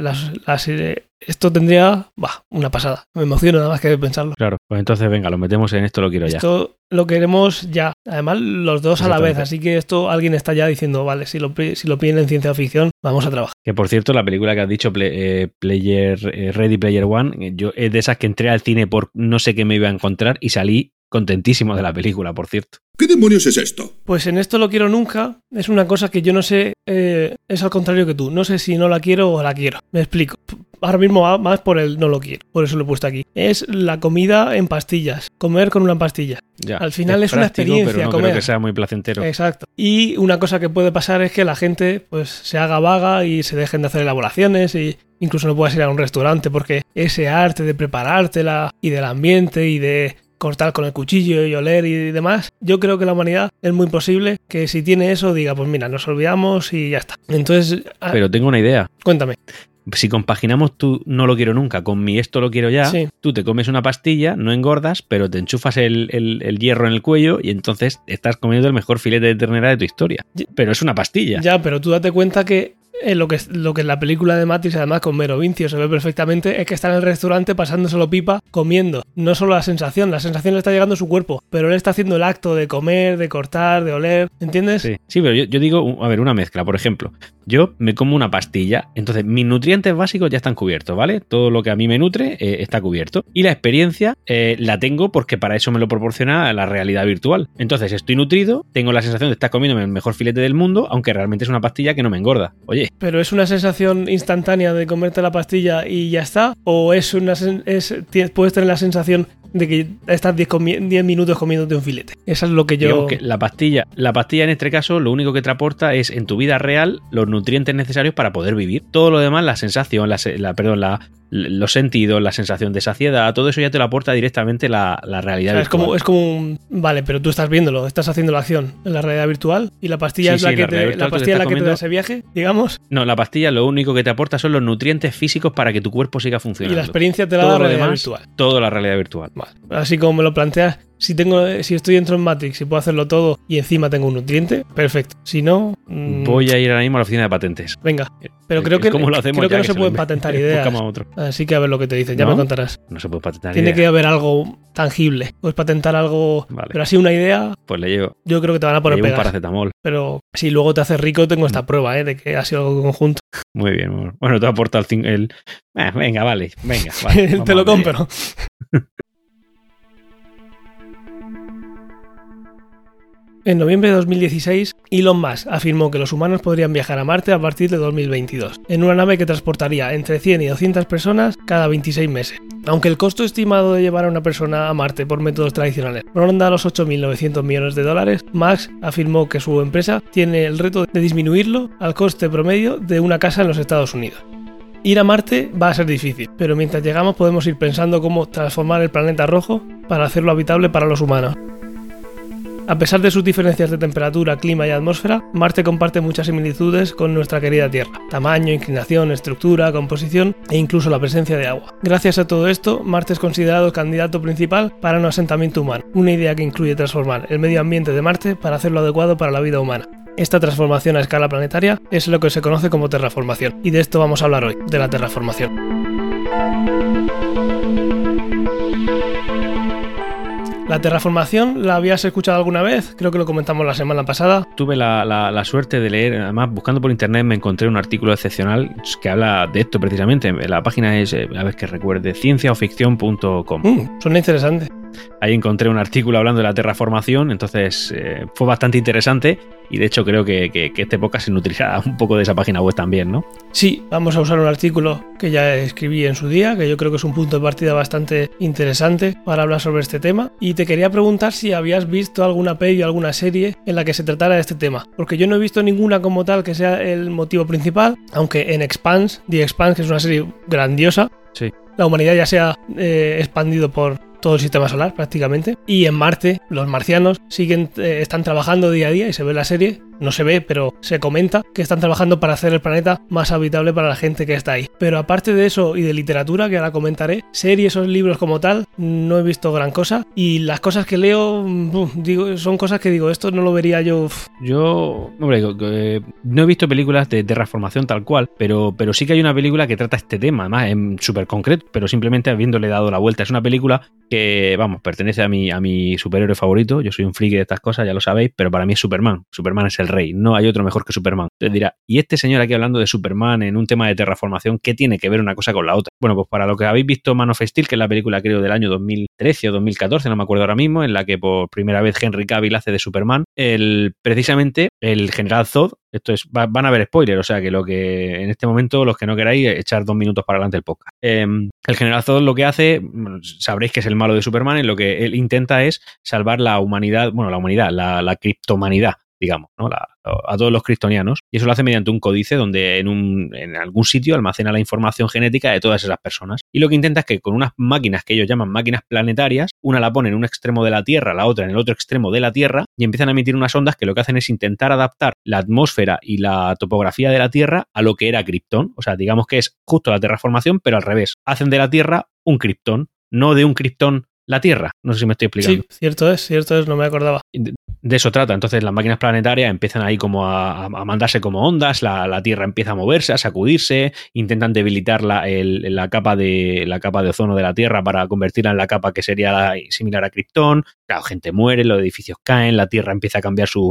[SPEAKER 1] esto tendría... una pasada. Me emociono nada más que de pensarlo.
[SPEAKER 2] Claro, pues entonces venga, lo metemos en esto, lo quiero ya.
[SPEAKER 1] Esto lo queremos ya. Además, los dos a la vez. Así que esto alguien está ya diciendo, vale, si lo piden en ciencia ficción, vamos a trabajar.
[SPEAKER 2] Que por cierto, la película que has dicho, Ready Player One, yo es de esas que entré al cine por no sé qué me iba a encontrar y salí contentísimo de la película, por cierto.
[SPEAKER 3] ¿Qué demonios es esto?
[SPEAKER 1] Pues en esto lo quiero nunca. Es una cosa que yo no sé, es al contrario que tú. No sé si no la quiero o la quiero. Me explico. Ahora mismo va más por el no lo quiero. Por eso lo he puesto aquí. Es la comida en pastillas. Comer con una pastilla.
[SPEAKER 2] Ya,
[SPEAKER 1] al final es
[SPEAKER 2] práctico,
[SPEAKER 1] una experiencia
[SPEAKER 2] pero no
[SPEAKER 1] comer.
[SPEAKER 2] Creo que sea muy placentero.
[SPEAKER 1] Exacto. Y una cosa que puede pasar es que la gente pues se haga vaga y se dejen de hacer elaboraciones y incluso no puedas ir a un restaurante porque ese arte de preparártela y del ambiente y de cortar con el cuchillo y oler y demás, yo creo que la humanidad es muy posible que si tiene eso diga, pues mira, nos olvidamos y ya está. Entonces...
[SPEAKER 2] Pero tengo una idea.
[SPEAKER 1] Cuéntame.
[SPEAKER 2] Si compaginamos tú no lo quiero nunca con mi esto lo quiero ya, tú te comes una pastilla, no engordas, pero te enchufas el hierro en el cuello y entonces estás comiendo el mejor filete de ternera de tu historia. Pero es una pastilla.
[SPEAKER 1] Ya, pero tú date cuenta que lo que en la película de Matrix, además con Vero Vincio se ve perfectamente, es que está en el restaurante pasándoselo pipa comiendo. No solo la sensación le está llegando a su cuerpo, pero él está haciendo el acto de comer, de cortar, de oler, ¿entiendes?
[SPEAKER 2] Sí, pero yo digo, a ver, una mezcla, por ejemplo. Yo me como una pastilla, entonces mis nutrientes básicos ya están cubiertos, ¿vale? Todo lo que a mí me nutre está cubierto. Y la experiencia la tengo porque para eso me lo proporciona la realidad virtual. Entonces estoy nutrido, tengo la sensación de estar comiéndome el mejor filete del mundo, aunque realmente es una pastilla que no me engorda. Oye.
[SPEAKER 1] ¿Pero es una sensación instantánea de comerte la pastilla y ya está? ¿O puedes tener la sensación de que estás 10 minutos comiéndote un filete? Eso es lo que yo...
[SPEAKER 2] Digamos que la pastilla en este caso lo único que te aporta es en tu vida real los nutrientes necesarios para poder vivir. Todo lo demás, la sensación, los sentidos, la sensación de saciedad, todo eso ya te lo aporta directamente la realidad virtual.
[SPEAKER 1] Es como un... Vale, pero tú estás viéndolo, estás haciendo la acción en la realidad virtual y la pastilla es la que te da ese viaje, digamos.
[SPEAKER 2] No, la pastilla lo único que te aporta son los nutrientes físicos para que tu cuerpo siga funcionando.
[SPEAKER 1] Y la experiencia te la da la realidad virtual.
[SPEAKER 2] Todo la realidad virtual.
[SPEAKER 1] Vale. Así como me lo planteas, si estoy dentro en Matrix y puedo hacerlo todo y encima tengo un nutriente, perfecto. Si no...
[SPEAKER 2] Voy a ir ahora mismo a la oficina de patentes.
[SPEAKER 1] Venga, pero creo que no se pueden patentar ideas. Así que a ver lo que te dicen, ya me contarás.
[SPEAKER 2] No se puede patentar
[SPEAKER 1] Tiene que haber algo tangible. Puedes patentar algo, vale. Pero así una idea...
[SPEAKER 2] Pues le llevo.
[SPEAKER 1] Yo creo que te van a poner pegas.
[SPEAKER 2] Un paracetamol.
[SPEAKER 1] Pero si luego te haces rico, tengo esta prueba, de que ha sido algo conjunto.
[SPEAKER 2] Muy bien. Bueno, te aporta el... venga, vale.
[SPEAKER 1] Te lo compro. En noviembre de 2016, Elon Musk afirmó que los humanos podrían viajar a Marte a partir de 2022, en una nave que transportaría entre 100 y 200 personas cada 26 meses. Aunque el costo estimado de llevar a una persona a Marte por métodos tradicionales ronda los $8.900 millones, Musk afirmó que su empresa tiene el reto de disminuirlo al coste promedio de una casa en los Estados Unidos. Ir a Marte va a ser difícil, pero mientras llegamos podemos ir pensando cómo transformar el planeta rojo para hacerlo habitable para los humanos. A pesar de sus diferencias de temperatura, clima y atmósfera, Marte comparte muchas similitudes con nuestra querida Tierra: tamaño, inclinación, estructura, composición e incluso la presencia de agua. Gracias a todo esto, Marte es considerado el candidato principal para un asentamiento humano, una idea que incluye transformar el medio ambiente de Marte para hacerlo adecuado para la vida humana. Esta transformación a escala planetaria es lo que se conoce como terraformación, y de esto vamos a hablar hoy, de la terraformación. ¿La terraformación la habías escuchado alguna vez? Creo que lo comentamos la semana pasada.
[SPEAKER 2] Tuve la suerte de leer, además buscando por internet me encontré un artículo excepcional que habla de esto precisamente. La página es, a ver que recuerde, cienciaoficción.com.
[SPEAKER 1] Suena interesante.
[SPEAKER 2] Ahí encontré un artículo hablando de la terraformación, entonces fue bastante interesante y de hecho creo que este podcast se nutrirá un poco de esa página web también, ¿no?
[SPEAKER 1] Sí, vamos a usar un artículo que ya escribí en su día, que yo creo que es un punto de partida bastante interesante para hablar sobre este tema, y te quería preguntar si habías visto alguna peli o alguna serie en la que se tratara de este tema, porque yo no he visto ninguna como tal que sea el motivo principal, aunque en The Expanse, que es una serie grandiosa,
[SPEAKER 2] sí,
[SPEAKER 1] la humanidad ya se ha expandido por todo el sistema solar prácticamente, y en Marte los marcianos están trabajando día a día, y se ve en la serie, no se ve pero se comenta que están trabajando para hacer el planeta más habitable para la gente que está ahí. Pero aparte de eso y de literatura, que ahora comentaré, series o libros como tal, no he visto gran cosa, y las cosas que leo son cosas que digo, esto no lo vería yo.
[SPEAKER 2] Yo, hombre, no he visto películas de terraformación tal cual, pero sí que hay una película que trata este tema, además en súper concreto, pero simplemente habiéndole dado la vuelta. Es una película que, vamos, pertenece a mi superhéroe favorito. Yo soy un friki de estas cosas, ya lo sabéis, pero para mí es Superman. Superman es el rey, no hay otro mejor que Superman. Entonces dirá, ¿y este señor aquí hablando de Superman en un tema de terraformación, qué tiene que ver una cosa con la otra? Bueno, pues para lo que habéis visto Man of Steel, que es la película creo del año 2013 o 2014, no me acuerdo ahora mismo, en la que por primera vez Henry Cavill hace de Superman, precisamente el general Zod, esto es, van a haber spoilers, o sea que lo que en este momento, los que no queráis, echar 2 minutos para adelante el podcast. El general Zod lo que hace, sabréis que es el malo de Superman, en lo que él intenta es salvar la humanidad, la criptohumanidad, digamos, ¿no? A todos los kryptonianos, y eso lo hace mediante un códice donde en algún sitio almacena la información genética de todas esas personas, y lo que intenta es que con unas máquinas que ellos llaman máquinas planetarias, una la pone en un extremo de la Tierra, la otra en el otro extremo de la Tierra, y empiezan a emitir unas ondas que lo que hacen es intentar adaptar la atmósfera y la topografía de la Tierra a lo que era Krypton. O sea, digamos que es justo la terraformación, pero al revés, hacen de la Tierra un Krypton, no de un Krypton la Tierra. No sé si me estoy explicando.
[SPEAKER 1] Sí, cierto es, no me acordaba.
[SPEAKER 2] De eso trata. Entonces las máquinas planetarias empiezan ahí como a mandarse como ondas, la Tierra empieza a moverse, a sacudirse, intentan debilitar la capa de ozono de la Tierra para convertirla en la capa que sería similar a Krypton. Claro, gente muere, los edificios caen, la Tierra empieza a cambiar su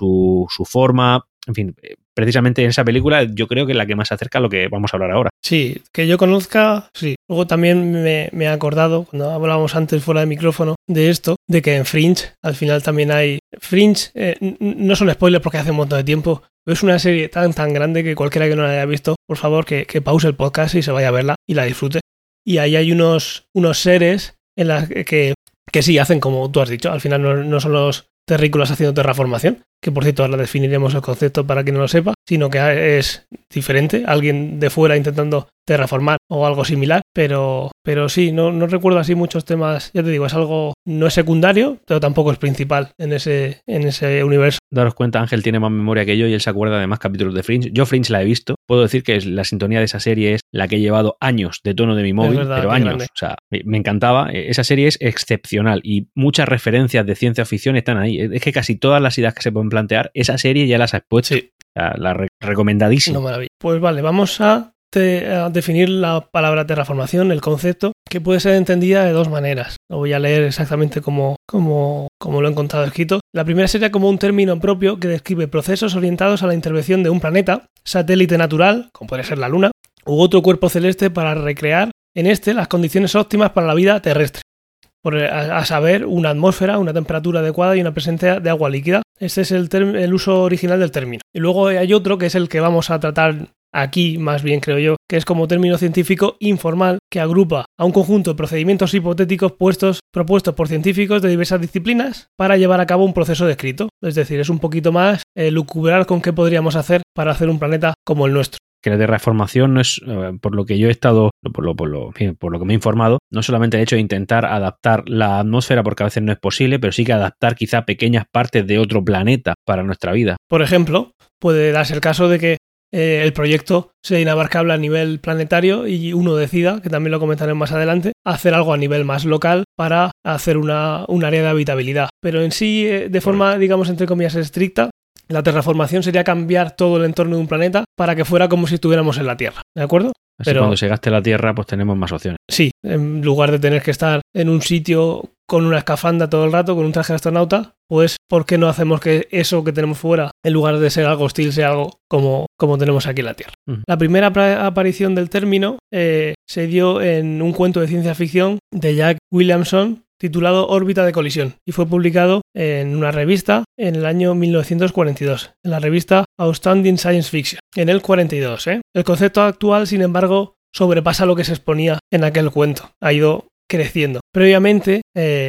[SPEAKER 2] forma. En fin, precisamente en esa película yo creo que es la que más se acerca a lo que vamos a hablar ahora.
[SPEAKER 1] Sí, que yo conozca, sí. Luego también me he acordado, cuando hablábamos antes fuera de micrófono, de esto, de que en Fringe, al final también hay... Fringe, no son spoilers porque hace un montón de tiempo, pero es una serie tan grande que cualquiera que no la haya visto, por favor, que pause el podcast y se vaya a verla y la disfrute. Y ahí hay unos seres en las que sí hacen como tú has dicho, al final no son los terrícolas haciendo terraformación, que por cierto ahora definiremos el concepto para quien no lo sepa, sino que es diferente, alguien de fuera intentando terraformar o algo similar, pero sí, no recuerdo así muchos temas, ya te digo, es algo, no es secundario, pero tampoco es principal en ese universo.
[SPEAKER 2] Daros cuenta, Ángel tiene más memoria que yo y él se acuerda de más capítulos de Fringe. Yo Fringe la he visto, puedo decir que la sintonía de esa serie es la que he llevado años de tono de mi móvil,
[SPEAKER 1] verdad,
[SPEAKER 2] pero años,
[SPEAKER 1] grande.
[SPEAKER 2] O sea, me encantaba, esa serie es excepcional y muchas referencias de ciencia ficción están ahí, es que casi todas las ideas que se pueden plantear, esa serie ya las has puesto,
[SPEAKER 1] sí.
[SPEAKER 2] O sea, recomendadísima.
[SPEAKER 1] No, maravilla. Pues vale, vamos a definir la palabra terraformación, el concepto, que puede ser entendida de dos maneras. Lo voy a leer exactamente como lo he encontrado escrito. La primera sería como un término propio que describe procesos orientados a la intervención de un planeta, satélite natural, como puede ser la Luna, u otro cuerpo celeste para recrear en las condiciones óptimas para la vida terrestre. A saber, una atmósfera, una temperatura adecuada y una presencia de agua líquida Ese es el uso original del término. Y luego hay otro que es el que vamos a tratar aquí, más bien creo yo, que es como término científico informal, que agrupa a un conjunto de procedimientos hipotéticos propuestos por científicos de diversas disciplinas para llevar a cabo un proceso descrito. Es decir, es un poquito más lucubrar con qué podríamos hacer para hacer un planeta como el nuestro.
[SPEAKER 2] Que la terraformación no es, por lo que yo he estado, por lo que me he informado, no solamente el hecho de intentar adaptar la atmósfera, porque a veces no es posible, pero sí que adaptar quizá pequeñas partes de otro planeta para nuestra vida.
[SPEAKER 1] Por ejemplo, puede darse el caso de que el proyecto sea inabarcable a nivel planetario y uno decida, que también lo comentaré más adelante, hacer algo a nivel más local para hacer un área de habitabilidad. Pero en sí, de forma, digamos, entre comillas, estricta, la terraformación sería cambiar todo el entorno de un planeta para que fuera como si estuviéramos en la Tierra, ¿de acuerdo?
[SPEAKER 2] Así pero cuando se gaste la Tierra, pues tenemos más opciones.
[SPEAKER 1] Sí, en lugar de tener que estar en un sitio con una escafanda todo el rato, con un traje de astronauta, pues ¿por qué no hacemos que eso que tenemos fuera, en lugar de ser algo hostil, sea algo como tenemos aquí en la Tierra? La primera aparición del término se dio en un cuento de ciencia ficción de Jack Williamson, titulado Órbita de colisión, y fue publicado en una revista en el año 1942, en la revista Outstanding Science Fiction, en el 42. El concepto actual, sin embargo, sobrepasa lo que se exponía en aquel cuento, ha ido creciendo. Previamente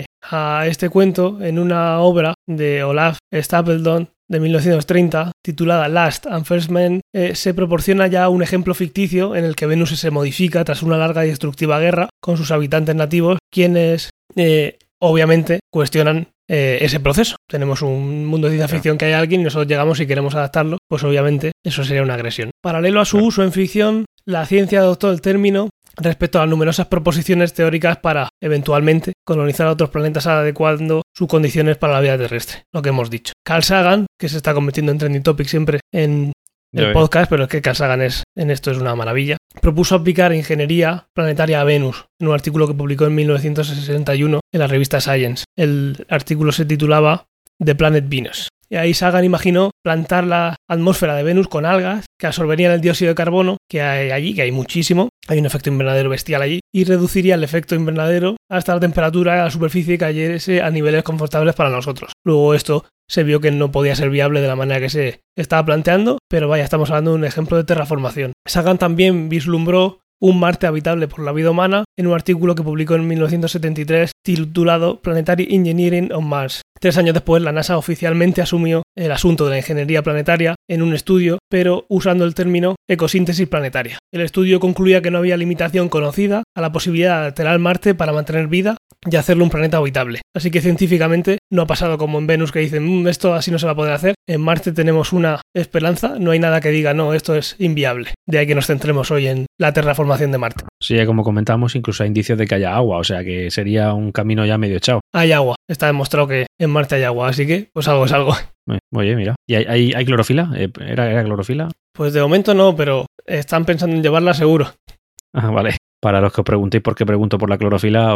[SPEAKER 1] a este cuento, en una obra de Olaf Stapledon de 1930, titulada Last and First Men, se proporciona ya un ejemplo ficticio en el que Venus se modifica tras una larga y destructiva guerra con sus habitantes nativos, quienes obviamente cuestionan ese proceso. Tenemos un mundo de ciencia ficción que hay alguien y nosotros llegamos y queremos adaptarlo, pues obviamente eso sería una agresión. Paralelo a su uso en ficción, la ciencia adoptó el término respecto a las numerosas proposiciones teóricas para, eventualmente, colonizar otros planetas adecuando sus condiciones para la vida terrestre, lo que hemos dicho. Carl Sagan, que se está convirtiendo en trending topic siempre en el podcast, pero es que Carl Sagan en esto es una maravilla, propuso aplicar ingeniería planetaria a Venus en un artículo que publicó en 1961 en la revista Science. El artículo se titulaba The Planet Venus. Y ahí Sagan imaginó plantar la atmósfera de Venus con algas que absorberían el dióxido de carbono que hay allí, que hay muchísimo, hay un efecto invernadero bestial allí, y reduciría el efecto invernadero hasta la temperatura a la superficie cayese a niveles confortables para nosotros. Luego esto se vio que no podía ser viable de la manera que se estaba planteando, pero vaya, estamos hablando de un ejemplo de terraformación. Sagan también vislumbró un Marte habitable por la vida humana en un artículo que publicó en 1973 titulado Planetary Engineering on Mars. 3 años después, la NASA oficialmente asumió el asunto de la ingeniería planetaria en un estudio, pero usando el término ecosíntesis planetaria. El estudio concluía que no había limitación conocida a la posibilidad de alterar Marte para mantener vida y hacerlo un planeta habitable. Así que científicamente no ha pasado como en Venus, que dicen esto así no se va a poder hacer. En Marte tenemos una esperanza, no hay nada que diga no, esto es inviable. De ahí que nos centremos hoy en la terraformación de Marte.
[SPEAKER 2] Sí, como comentamos, incluso hay indicios de que haya agua, o sea que sería un camino ya medio echado.
[SPEAKER 1] Hay agua, está demostrado que en Marte hay agua, así que pues algo es algo.
[SPEAKER 2] Oye, mira, ¿y hay clorofila? ¿Era clorofila?
[SPEAKER 1] Pues de momento no, pero están pensando en llevarla seguro.
[SPEAKER 2] Ah, vale. Para los que os preguntéis por qué pregunto por la clorofila,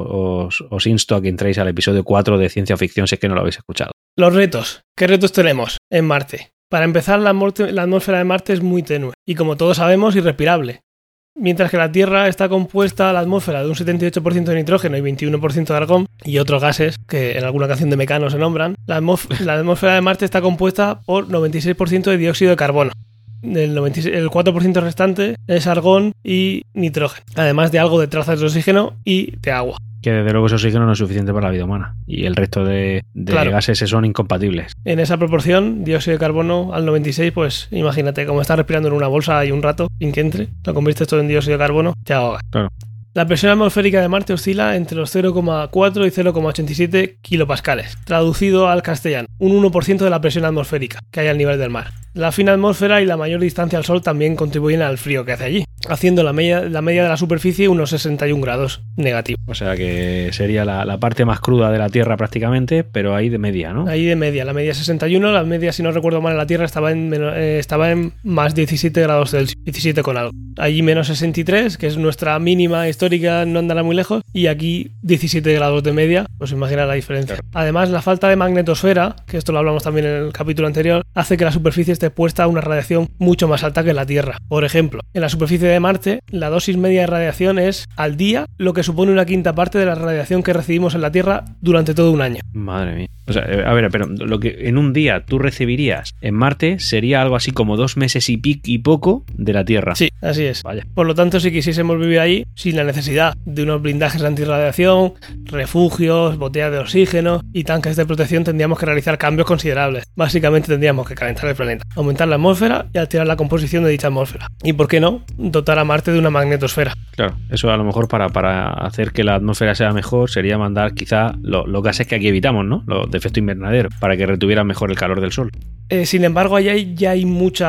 [SPEAKER 2] os insto a que entréis al episodio 4 de Ciencia Ficción si es que no lo habéis escuchado.
[SPEAKER 1] Los retos. ¿Qué retos tenemos en Marte? Para empezar, la atmósfera de Marte es muy tenue y, como todos sabemos, irrespirable. Mientras que la Tierra está compuesta, la atmósfera, de un 78% de nitrógeno y 21% de argón y otros gases que en alguna canción de Mecano se nombran, la atmósfera de Marte está compuesta por 96% de dióxido de carbono. El 4% restante es argón y nitrógeno, además de algo de trazas de oxígeno y de agua.
[SPEAKER 2] Que desde luego ese oxígeno no es suficiente para la vida humana y el resto de gases son incompatibles.
[SPEAKER 1] En esa proporción, dióxido de carbono al 96, pues imagínate, como estás respirando en una bolsa y un rato sin que entre, lo conviertes todo en dióxido de carbono, te ahogas.
[SPEAKER 2] Claro.
[SPEAKER 1] La presión atmosférica de Marte oscila entre los 0,4 y 0,87 kilopascales, traducido al castellano, un 1% de la presión atmosférica que hay al nivel del mar. La fina atmósfera y la mayor distancia al Sol también contribuyen al frío que hace allí, haciendo la media de la superficie unos 61 grados negativo.
[SPEAKER 2] O sea que sería la parte más cruda de la Tierra prácticamente, pero ahí de media, ¿no?
[SPEAKER 1] Ahí de media, la media 61, la media, si no recuerdo mal, en la Tierra estaba en más 17 grados Celsius, 17 con algo. Allí menos 63, que es nuestra mínima histórica, no andará muy lejos, y aquí 17 grados de media, pues imagina la diferencia. Claro. Además, la falta de magnetosfera, que esto lo hablamos también en el capítulo anterior, hace que la superficie esté expuesta a una radiación mucho más alta que en la Tierra. Por ejemplo, en la superficie de Marte, la dosis media de radiación es al día lo que supone una quinta parte de la radiación que recibimos en la Tierra durante todo un año.
[SPEAKER 2] Madre mía. O sea, a ver, pero lo que en un día tú recibirías en Marte sería algo así como 2 meses y poco de la Tierra.
[SPEAKER 1] Sí, así es.
[SPEAKER 2] Vaya.
[SPEAKER 1] Por lo tanto, si quisiésemos vivir allí sin la necesidad de unos blindajes antirradiación, refugios, botellas de oxígeno y tanques de protección, tendríamos que realizar cambios considerables. Básicamente tendríamos que calentar el planeta, aumentar la atmósfera y alterar la composición de dicha atmósfera. Y por qué no, dotar a Marte de una magnetosfera.
[SPEAKER 2] Claro, eso a lo mejor para hacer que la atmósfera sea mejor sería mandar quizá los gases que aquí evitamos, ¿no? Los de efecto invernadero, para que retuvieran mejor el calor del sol.
[SPEAKER 1] Sin embargo, allá ya hay mucho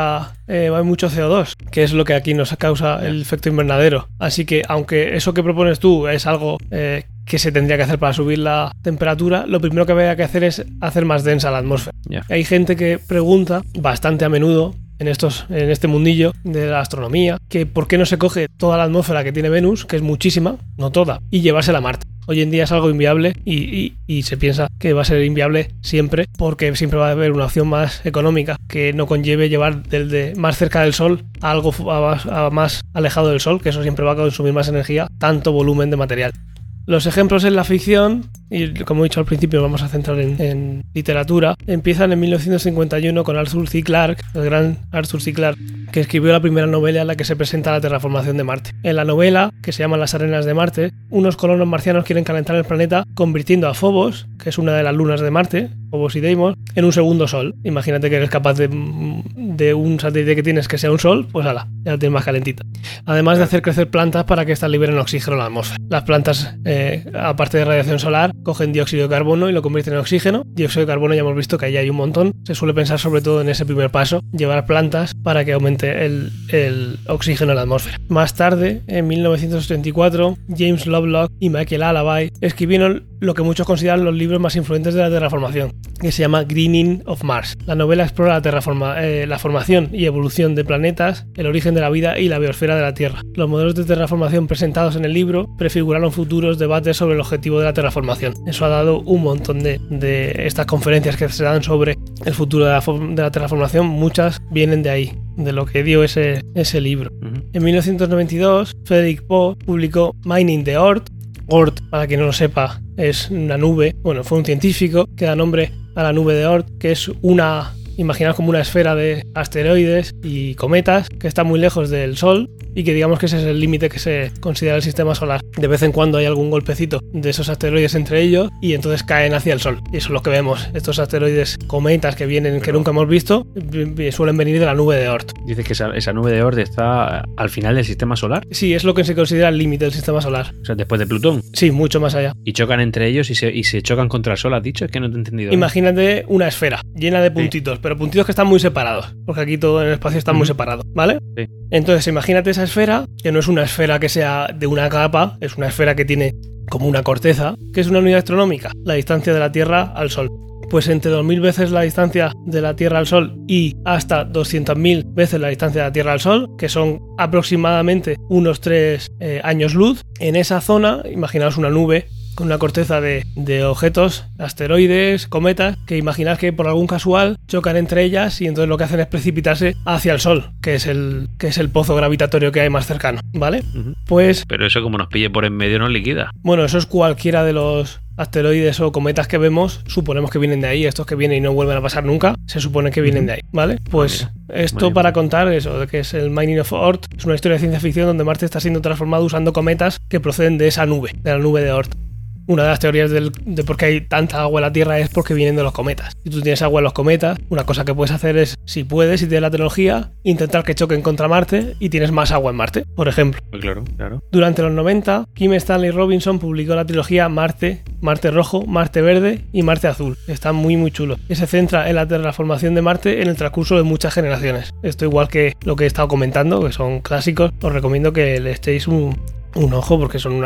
[SPEAKER 1] CO2, que es lo que aquí nos causa el efecto invernadero. Así que, aunque eso que propones tú es algo que se tendría que hacer para subir la temperatura, lo primero que habría que hacer es hacer más densa la atmósfera.
[SPEAKER 2] Yeah.
[SPEAKER 1] Hay gente que pregunta bastante a menudo en este mundillo de la astronomía que por qué no se coge toda la atmósfera que tiene Venus, que es muchísima, no toda, y llevársela a Marte. Hoy en día es algo inviable y se piensa que va a ser inviable siempre, porque siempre va a haber una opción más económica que no conlleve llevar desde más cerca del Sol a algo más alejado del Sol, que eso siempre va a consumir más energía, tanto volumen de material. Los ejemplos en la ficción, y como he dicho al principio vamos a centrar en literatura, empiezan en 1951 con Arthur C. Clarke, el gran Arthur C. Clarke, que escribió la primera novela en la que se presenta la terraformación de Marte. En la novela, que se llama Las arenas de Marte, unos colonos marcianos quieren calentar el planeta convirtiendo a Phobos, que es una de las lunas de Marte, Phobos y Deimos, en un segundo sol. Imagínate que eres capaz de un satélite que tienes que sea un sol, pues ala, ya lo tienes más calentito. Además de hacer crecer plantas para que éstas liberen oxígeno en la atmósfera. Las plantas, aparte de radiación solar, cogen dióxido de carbono y lo convierten en oxígeno. Dióxido de carbono ya hemos visto que ahí hay un montón. Se suele pensar sobre todo en ese primer paso, llevar plantas para que aumente el oxígeno en la atmósfera. Más tarde, en 1984, James Lovelock y Michael Allabie escribieron lo que muchos consideran los libros más influyentes de la terraformación, que se llama Greening of Mars. La novela explora la formación y evolución de planetas, el origen de la vida y la biosfera de la Tierra. Los modelos de terraformación presentados en el libro prefiguraron futuros debates sobre el objetivo de la terraformación. Eso ha dado un montón de estas conferencias que se dan sobre el futuro de la terraformación. Muchas vienen de ahí, de lo que dio ese libro. En 1992, Frederick Poe publicó Mining the Oort. Oort, para quien no lo sepa, es una nube. Bueno, fue un científico que da nombre a la nube de Oort, que es imaginaos como una esfera de asteroides y cometas que está muy lejos del Sol y que digamos que ese es el límite que se considera el sistema solar. De vez en cuando hay algún golpecito de esos asteroides entre ellos y entonces caen hacia el Sol. Y eso es lo que vemos. Estos asteroides, cometas que vienen, que nunca hemos visto, suelen venir de la nube de Oort.
[SPEAKER 2] Dices que esa nube de Oort está al final del sistema solar.
[SPEAKER 1] Sí, es lo que se considera el límite del sistema solar.
[SPEAKER 2] O sea, después de Plutón.
[SPEAKER 1] Sí, mucho más allá.
[SPEAKER 2] Y chocan entre ellos y se chocan contra el Sol, ¿has dicho? Es que no te he entendido.
[SPEAKER 1] Imagínate una esfera llena de puntitos, pero puntitos que están muy separados, porque aquí todo en el espacio está muy separado, ¿vale?
[SPEAKER 2] Sí.
[SPEAKER 1] Entonces imagínate esa esfera, que no es una esfera que sea de una capa, es una esfera que tiene como una corteza, que es una unidad astronómica, la distancia de la Tierra al Sol. Pues entre 2000 veces la distancia de la Tierra al Sol y hasta 200.000 veces la distancia de la Tierra al Sol, que son aproximadamente unos 3 años luz, en esa zona, imaginaos una nube con una corteza de objetos, asteroides, cometas, que imaginad que por algún casual chocan entre ellas y entonces lo que hacen es precipitarse hacia el Sol, que es el pozo gravitatorio que hay más cercano, ¿vale? Pues...
[SPEAKER 2] Pero eso como nos pille por en medio nos liquida.
[SPEAKER 1] Bueno, eso es cualquiera de los asteroides o cometas que vemos, suponemos que vienen de ahí. Estos que vienen y no vuelven a pasar nunca, se supone que vienen de ahí, ¿vale? Pues esto para contar eso, de que es el Mining of Oort, es una historia de ciencia ficción donde Marte está siendo transformado usando cometas que proceden de esa nube, de la nube de Oort. Una de las teorías de por qué hay tanta agua en la Tierra es porque vienen de los cometas. Si tú tienes agua en los cometas, una cosa que puedes hacer es, si tienes la tecnología, intentar que choquen contra Marte y tienes más agua en Marte, por ejemplo.
[SPEAKER 2] Claro.
[SPEAKER 1] Durante los 90, Kim Stanley Robinson publicó la trilogía Marte, Marte Rojo, Marte Verde y Marte Azul. Está muy muy chulo. Y se centra en la terraformación de Marte en el transcurso de muchas generaciones. Esto igual que lo que he estado comentando, que son clásicos, os recomiendo que le echéis un ojo porque son una maravilla.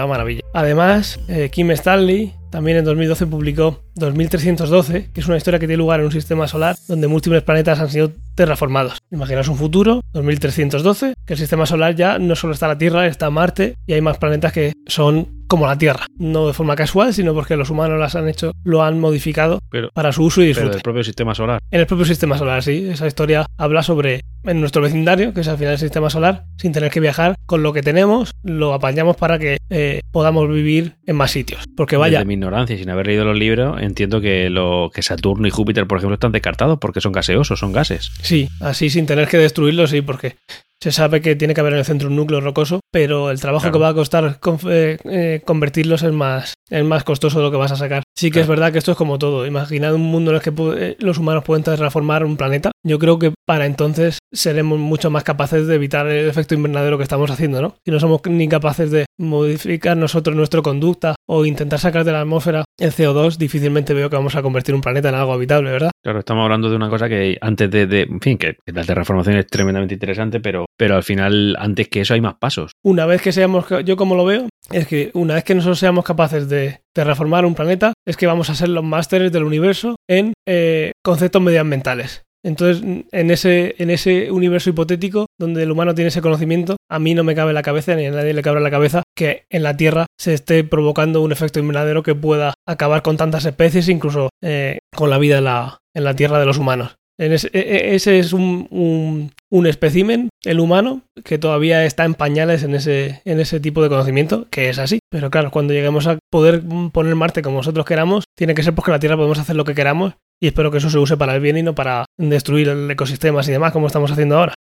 [SPEAKER 1] Además, Kim Stanley también en 2012 publicó 2312, que es una historia que tiene lugar en un sistema solar donde múltiples planetas han sido terraformados. Imaginaos un futuro, 2312, que el sistema solar ya no solo está la Tierra, está Marte y hay más planetas que son como la Tierra. No de forma casual, sino porque los humanos lo han modificado para su uso y disfrute.
[SPEAKER 2] Pero del propio sistema solar.
[SPEAKER 1] En el propio sistema solar, sí. Esa historia habla sobre en nuestro vecindario, que es al final el sistema solar, sin tener que viajar, con lo que tenemos, lo apañamos para que podamos vivir en más sitios. Porque vaya...
[SPEAKER 2] Desde mi ignorancia y sin haber leído los libros, entiendo que Saturno y Júpiter, por ejemplo, están descartados porque son gaseosos, son gases.
[SPEAKER 1] Sí, así sin tener que destruirlos, sí, porque se sabe que tiene que haber en el centro un núcleo rocoso, pero el trabajo que va a costar convertirlos es más costoso de lo que vas a sacar. Sí que es verdad que esto es como todo. Imaginad un mundo en el que los humanos pueden terraformar un planeta. Yo creo que para entonces seremos mucho más capaces de evitar el efecto invernadero que estamos haciendo, ¿no? Si no somos ni capaces de modificar nosotros nuestra conducta o intentar sacar de la atmósfera el CO2, difícilmente veo que vamos a convertir un planeta en algo habitable, ¿verdad?
[SPEAKER 2] Claro, estamos hablando de una cosa que antes en fin, que la terraformación es tremendamente interesante, pero al final, antes que eso hay más pasos.
[SPEAKER 1] Una vez que yo como lo veo, es que una vez que nosotros seamos capaces de terraformar un planeta, es que vamos a ser los másteres del universo en conceptos medioambientales. Entonces, en ese universo hipotético donde el humano tiene ese conocimiento, a mí no me cabe en la cabeza, ni a nadie le cabe en la cabeza, que en la Tierra se esté provocando un efecto invernadero que pueda acabar con tantas especies, incluso con la vida en la Tierra de los humanos. Ese es un espécimen, el humano, que todavía está en pañales en ese tipo de conocimiento, que es así. Pero claro, cuando lleguemos a poder poner Marte como nosotros queramos, tiene que ser porque en la Tierra podemos hacer lo que queramos y espero que eso se use para el bien y no para destruir el ecosistema y demás, como estamos haciendo ahora.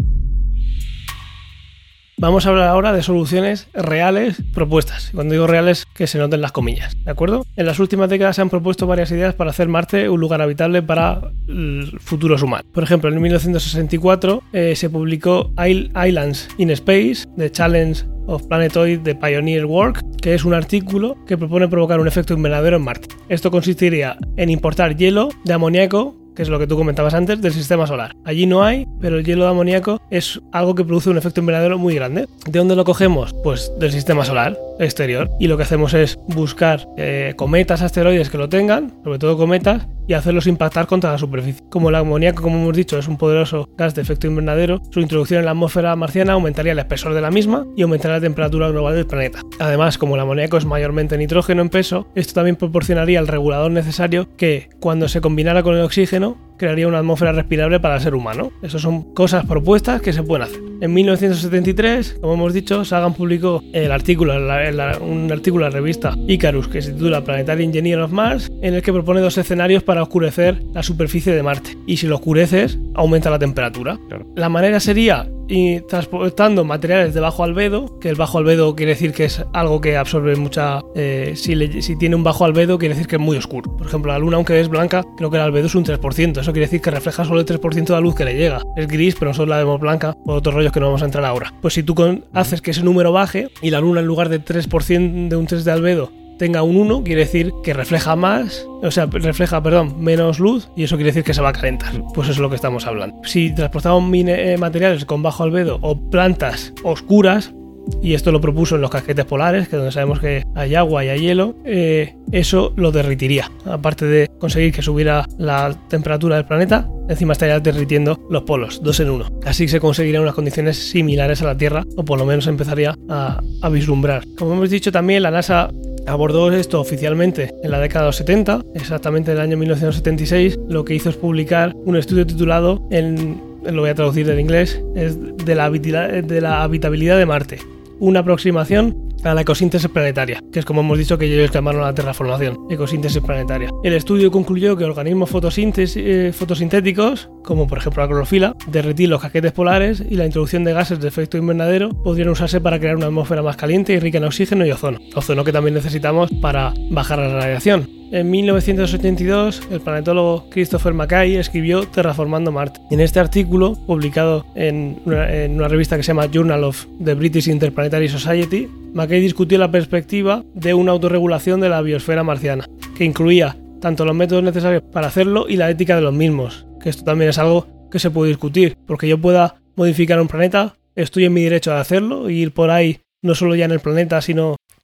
[SPEAKER 1] Vamos a hablar ahora de soluciones reales propuestas. Cuando digo reales, que se noten las comillas, ¿de acuerdo? En las últimas décadas se han propuesto varias ideas para hacer Marte un lugar habitable para futuros humanos. Por ejemplo, en 1964 se publicó Islands in Space, The Challenge of Planetoid de Pioneer Work, que es un artículo que propone provocar un efecto invernadero en Marte. Esto consistiría en importar hielo de amoníaco, que es lo que tú comentabas antes, del sistema solar. Allí no hay, pero el hielo de amoníaco es algo que produce un efecto invernadero muy grande. ¿De dónde lo cogemos? Pues del sistema solar exterior. Y lo que hacemos es buscar cometas, asteroides que lo tengan, sobre todo cometas, y hacerlos impactar contra la superficie. Como el amoníaco, como hemos dicho, es un poderoso gas de efecto invernadero, su introducción en la atmósfera marciana aumentaría el espesor de la misma y aumentaría la temperatura global del planeta. Además, como el amoníaco es mayormente nitrógeno en peso, esto también proporcionaría el regulador necesario que, cuando se combinara con el oxígeno, crearía una atmósfera respirable para el ser humano. Esas son cosas propuestas que se pueden hacer. En 1973, como hemos dicho, Sagan publicó un artículo en la revista Icarus que se titula Planetary Engineer of Mars, en el que propone dos escenarios para oscurecer la superficie de Marte. Y si lo oscureces, aumenta la temperatura. Claro. La manera sería transportando materiales de bajo albedo, que el bajo albedo quiere decir que es algo que absorbe mucha... si tiene un bajo albedo, quiere decir que es muy oscuro. Por ejemplo, la Luna, aunque es blanca, creo que el albedo es un 3%. Eso quiere decir que refleja solo el 3% de la luz que le llega. Es gris, pero nosotros la vemos blanca, por otros rollos que no vamos a entrar ahora. Pues si tú haces que ese número baje y la Luna, en lugar de 3% de un 3 de albedo, tenga un 1, quiere decir que refleja menos luz, y eso quiere decir que se va a calentar. Pues eso es lo que estamos hablando. Si transportamos materiales con bajo albedo o plantas oscuras, y esto lo propuso en los casquetes polares, que donde sabemos que hay agua y hay hielo, eso lo derritiría. Aparte de conseguir que subiera la temperatura del planeta, encima estaría derritiendo los polos, 2 en 1. Así se conseguirían unas condiciones similares a la Tierra, o por lo menos empezaría a vislumbrar. Como hemos dicho también, la NASA abordó esto oficialmente en la década de los 70, exactamente en el año 1976. Lo que hizo es publicar un estudio titulado, lo voy a traducir del inglés, es de la habitabilidad de Marte, una aproximación a la ecosíntesis planetaria, que es como hemos dicho que ellos llamaron a la terraformación, ecosíntesis planetaria. El estudio concluyó que organismos fotosintéticos, como por ejemplo la clorofila, derretir los casquetes polares y la introducción de gases de efecto invernadero podrían usarse para crear una atmósfera más caliente y rica en oxígeno y ozono que también necesitamos para bajar la radiación. En 1982, el planetólogo Christopher Mackay escribió Terraformando Marte. En este artículo, publicado en una revista que se llama Journal of the British Interplanetary Society, Mackay discutió la perspectiva de una autorregulación de la biosfera marciana, que incluía tanto los métodos necesarios para hacerlo y la ética de los mismos, que esto también es algo que se puede discutir, porque yo pueda modificar un planeta, estoy en mi derecho de hacerlo y ir por ahí, no solo ya en el planeta, sino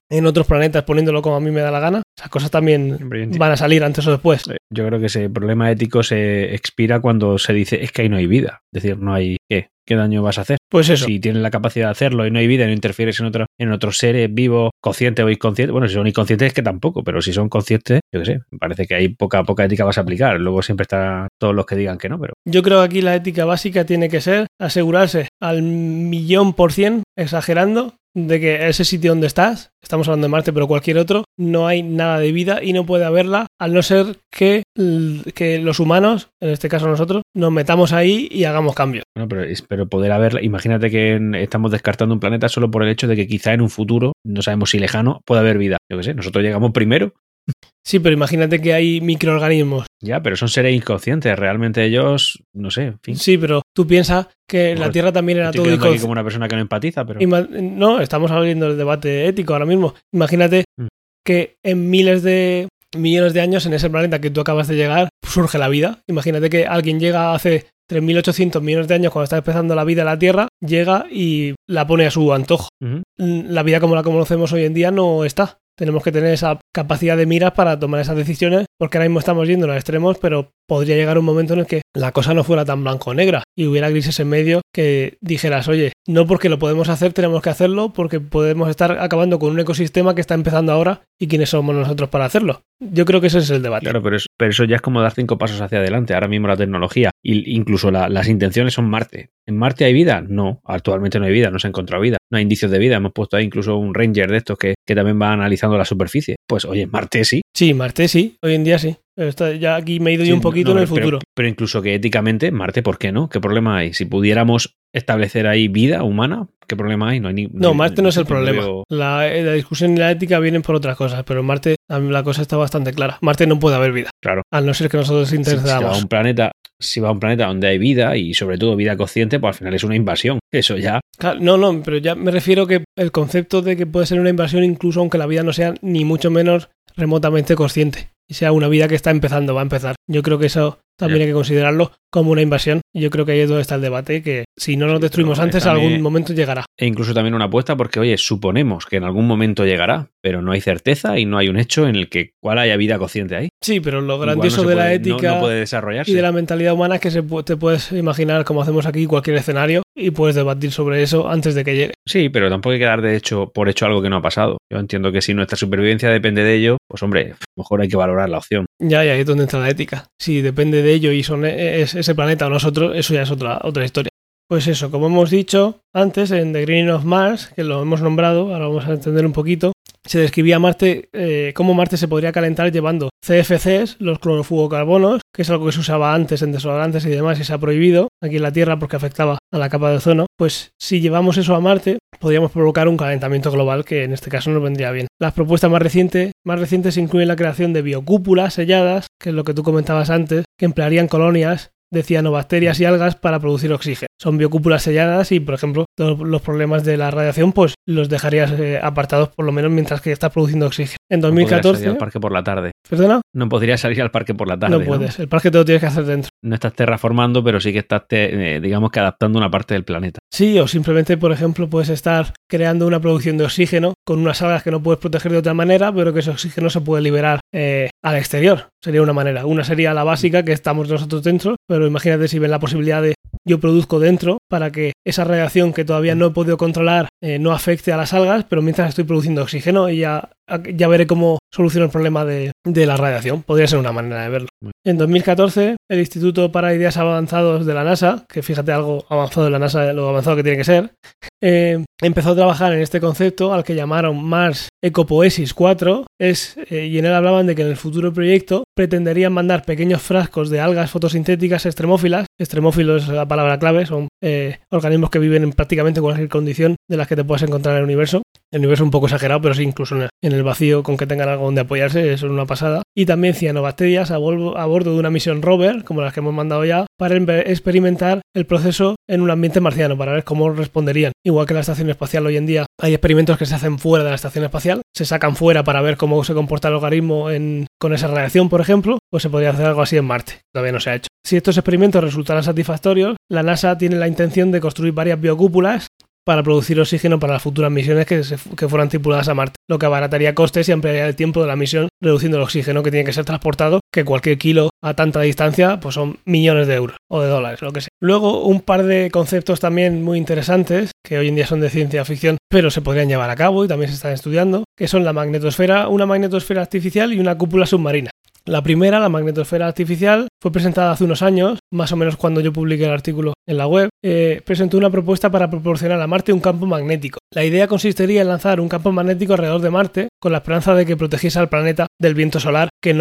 [SPEAKER 1] en otros planetas poniéndolo como a mí me da la gana, esas cosas también van a salir antes o después.
[SPEAKER 2] Yo creo que ese problema ético se expira cuando se dice es que ahí no hay vida. Es decir, no hay ¿qué daño vas a hacer?
[SPEAKER 1] Pues eso.
[SPEAKER 2] Si tienes la capacidad de hacerlo y no hay vida y no interfieres en otros seres vivos, conscientes o inconscientes, bueno, si son inconscientes es que tampoco, pero si son conscientes, yo qué sé, me parece que ahí poca ética vas a aplicar. Luego siempre están todos los que digan que no, pero...
[SPEAKER 1] Yo creo que aquí la ética básica tiene que ser asegurarse al 1.000.000%, exagerando, de que ese sitio donde estás, estamos hablando de Marte, pero cualquier otro, no hay nada de vida y no puede haberla, al no ser que los humanos, en este caso nosotros, nos metamos ahí y hagamos cambios.
[SPEAKER 2] Bueno, pero poder haberla, imagínate que estamos descartando un planeta solo por el hecho de que quizá en un futuro, no sabemos si lejano, puede haber vida. Yo qué sé, nosotros llegamos primero.
[SPEAKER 1] Sí, pero imagínate que hay microorganismos.
[SPEAKER 2] Ya, pero son seres inconscientes, realmente ellos, no sé, en fin.
[SPEAKER 1] Sí, pero tú piensas que la Tierra también era todo
[SPEAKER 2] inconsciente. Como una persona que no empatiza, pero...
[SPEAKER 1] No, estamos abriendo el debate ético ahora mismo. Imagínate que en millones de años en ese planeta que tú acabas de llegar surge la vida. Imagínate que alguien llega hace 3.800 millones de años cuando está empezando la vida en la Tierra, llega y la pone a su antojo. La vida como la conocemos hoy en día no está. Tenemos que tener esa capacidad de miras para tomar esas decisiones, porque ahora mismo estamos yendo a los extremos, pero podría llegar un momento en el que la cosa no fuera tan blanco o negra y hubiera grises en medio que dijeras, oye, no porque lo podemos hacer, tenemos que hacerlo, porque podemos estar acabando con un ecosistema que está empezando ahora y quiénes somos nosotros para hacerlo. Yo creo que ese es el debate.
[SPEAKER 2] Claro, pero eso ya es como dar 5 pasos hacia adelante. Ahora mismo la tecnología, incluso las intenciones son Marte. ¿En Marte hay vida? No, actualmente no hay vida, no se ha encontrado vida. No hay indicios de vida. Hemos puesto ahí incluso un ranger de estos que también va analizando la superficie. Pues oye, Marte sí.
[SPEAKER 1] Sí, Marte sí, hoy en día sí. Ya aquí me he ido yo un poquito en el futuro.
[SPEAKER 2] Pero incluso que éticamente, Marte, ¿por qué no? ¿Qué problema hay? Si pudiéramos establecer ahí vida humana, ¿qué problema hay? No,
[SPEAKER 1] Marte no es el problema. La discusión y la ética vienen por otras cosas, pero en Marte la cosa está bastante clara. Marte no puede haber vida.
[SPEAKER 2] Claro.
[SPEAKER 1] Al no ser que nosotros intercedamos.
[SPEAKER 2] Si va a un planeta donde hay vida y sobre todo vida consciente, pues al final es una invasión. Eso ya.
[SPEAKER 1] Claro, no, pero ya me refiero que el concepto de que puede ser una invasión incluso aunque la vida no sea ni mucho menos remotamente consciente y sea una vida que está empezando, va a empezar. Yo creo que eso también hay que considerarlo como una invasión. Y yo creo que ahí es donde está el debate, que si no nos destruimos antes, algún momento llegará.
[SPEAKER 2] E incluso también una apuesta porque, oye, suponemos que en algún momento llegará, pero no hay certeza y no hay un hecho en el que cuál haya vida consciente ahí.
[SPEAKER 1] Sí, pero lo grandioso de la ética
[SPEAKER 2] no puede desarrollarse.
[SPEAKER 1] Y de la mentalidad humana es que te puedes imaginar, como hacemos aquí, cualquier escenario y puedes debatir sobre eso antes de que llegue.
[SPEAKER 2] Sí, pero tampoco hay que dar por hecho algo que no ha pasado. Yo entiendo que si nuestra supervivencia depende de ello, pues hombre, mejor hay que valorar la opción.
[SPEAKER 1] Ya, ahí es donde entra la ética. Si depende de ello y es ese planeta o nosotros, eso ya es otra historia. Pues eso, como hemos dicho antes en The Greening of Mars, que lo hemos nombrado, ahora vamos a entender un poquito, se describía Marte, cómo Marte se podría calentar llevando CFCs, los clorofluorocarbonos, que es algo que se usaba antes en desodorantes y demás y se ha prohibido aquí en la Tierra porque afectaba a la capa de ozono. Pues si llevamos eso a Marte, podríamos provocar un calentamiento global que en este caso nos vendría bien. Las propuestas más recientes incluyen la creación de biocúpulas selladas, que es lo que tú comentabas antes, que emplearían colonias de cianobacterias y algas para producir oxígeno. Son biocúpulas selladas y, por ejemplo, los problemas de la radiación pues los dejarías apartados por lo menos mientras que estás produciendo oxígeno. En 2014...
[SPEAKER 2] No podrías salir al parque por la tarde.
[SPEAKER 1] ¿Perdona?
[SPEAKER 2] No podrías salir al parque por la tarde.
[SPEAKER 1] No puedes. El parque te lo tienes que hacer dentro.
[SPEAKER 2] No estás terraformando, pero sí que estás, digamos que adaptando una parte del planeta.
[SPEAKER 1] Sí, o simplemente, por ejemplo, puedes estar creando una producción de oxígeno con unas algas que no puedes proteger de otra manera, pero que ese oxígeno se puede liberar al exterior. Sería una manera. Una sería la básica, que estamos nosotros dentro, pero imagínate si ven la posibilidad de yo produzco dentro para que esa radiación que todavía no he podido controlar no afecte a las algas, pero mientras estoy produciendo oxígeno y ya veré cómo soluciono el problema de la radiación. Podría ser una manera de verlo. En 2014, el Instituto para Ideas Avanzados de la NASA, que fíjate algo avanzado de la NASA, lo avanzado que tiene que ser, empezó a trabajar en este concepto al que llamaron Mars Ecopoiesis 4, y en él hablaban de que en el futuro proyecto pretenderían mandar pequeños frascos de algas fotosintéticas extremófilas. Extremófilos es la palabra clave, son organismos que viven en prácticamente cualquier condición de las que te puedas encontrar en el universo. El universo es un poco exagerado, pero sí, incluso en el vacío, con que tengan algo donde apoyarse, eso es una pasada. Y también cianobacterias a bordo de una misión rover, como las que hemos mandado ya, para experimentar el proceso en un ambiente marciano, para ver cómo responderían. Igual que en la estación espacial hoy en día hay experimentos que se hacen fuera de la estación espacial, se sacan fuera para ver cómo se comporta el organismo con esa radiación, por ejemplo, pues se podría hacer algo así en Marte. Todavía no se ha hecho. Si estos experimentos resultaran satisfactorios, la NASA tiene la intención de construir varias biocúpulas para producir oxígeno para las futuras misiones que fueran tripuladas a Marte, lo que abarataría costes y ampliaría el tiempo de la misión, reduciendo el oxígeno que tiene que ser transportado, que cualquier kilo a tanta distancia pues son millones de euros o de dólares, lo que sea. Luego, un par de conceptos también muy interesantes, que hoy en día son de ciencia ficción, pero se podrían llevar a cabo y también se están estudiando, que son la magnetosfera, una magnetosfera artificial y una cúpula submarina. La primera, la magnetosfera artificial, fue presentada hace unos años, más o menos cuando yo publiqué el artículo en la web. Presentó una propuesta para proporcionar a Marte un campo magnético. La idea consistiría en lanzar un campo magnético alrededor de Marte con la esperanza de que protegiese al planeta del viento solar del que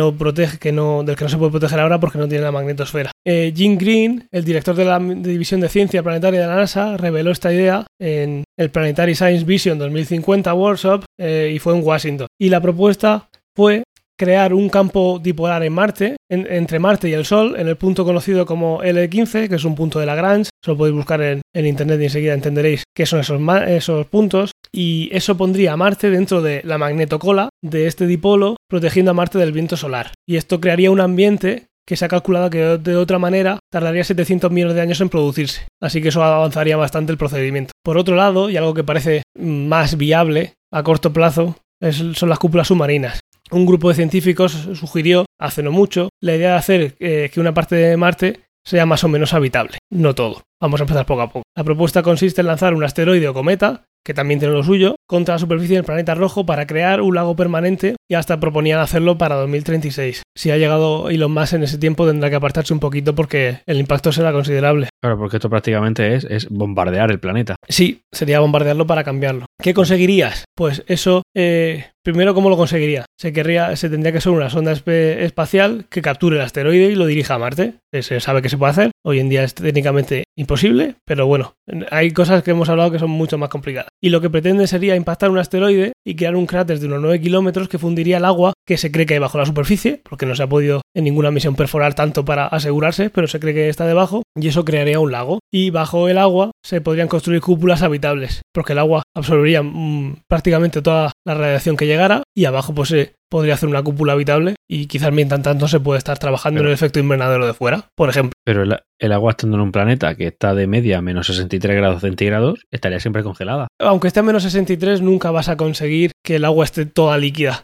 [SPEAKER 1] no se puede proteger ahora porque no tiene la magnetosfera. Jim Green, el director de la División de Ciencia Planetaria de la NASA, reveló esta idea en el Planetary Science Vision 2050 Workshop y fue en Washington. Y la propuesta fue crear un campo dipolar en Marte, entre Marte y el Sol, en el punto conocido como L15, que es un punto de Lagrange. Eso lo podéis buscar en internet y enseguida entenderéis qué son esos puntos. Y eso pondría a Marte dentro de la magnetocola de este dipolo, protegiendo a Marte del viento solar. Y esto crearía un ambiente que se ha calculado que de otra manera tardaría 700 millones de años en producirse. Así que eso avanzaría bastante el procedimiento. Por otro lado, y algo que parece más viable a corto plazo, son las cúpulas submarinas. Un grupo de científicos sugirió, hace no mucho, la idea de hacer que una parte de Marte sea más o menos habitable. No todo. Vamos a empezar poco a poco. La propuesta consiste en lanzar un asteroide o cometa, que también tiene lo suyo, contra la superficie del planeta rojo para crear un lago permanente y hasta proponían hacerlo para 2036. Si ha llegado Elon Musk en ese tiempo tendrá que apartarse un poquito porque el impacto será considerable.
[SPEAKER 2] Claro, porque esto prácticamente es bombardear el planeta.
[SPEAKER 1] Sí, sería bombardearlo para cambiarlo. ¿Qué conseguirías? Pues eso, primero, ¿cómo lo conseguiría? Se tendría que ser una sonda espacial que capture el asteroide y lo dirija a Marte. Se sabe que se puede hacer. Hoy en día es técnicamente imposible, pero bueno, hay cosas que hemos hablado que son mucho más complicadas. Y lo que pretende sería impactar un asteroide y crear un cráter de unos 9 kilómetros que fundiría el agua que se cree que hay bajo la superficie, porque no se ha podido en ninguna misión perforar tanto para asegurarse, pero se cree que está debajo, y eso crearía un lago. Y bajo el agua se podrían construir cúpulas habitables, porque el agua absorbería prácticamente toda la radiación que llegara, y abajo pues se podría hacer una cúpula habitable y quizás mientras tanto se puede estar trabajando en el efecto invernadero de fuera, por ejemplo.
[SPEAKER 2] Pero el agua estando en un planeta que está de media a menos 63 grados centígrados estaría siempre congelada.
[SPEAKER 1] Aunque esté a menos 63 nunca vas a conseguir que el agua esté toda líquida,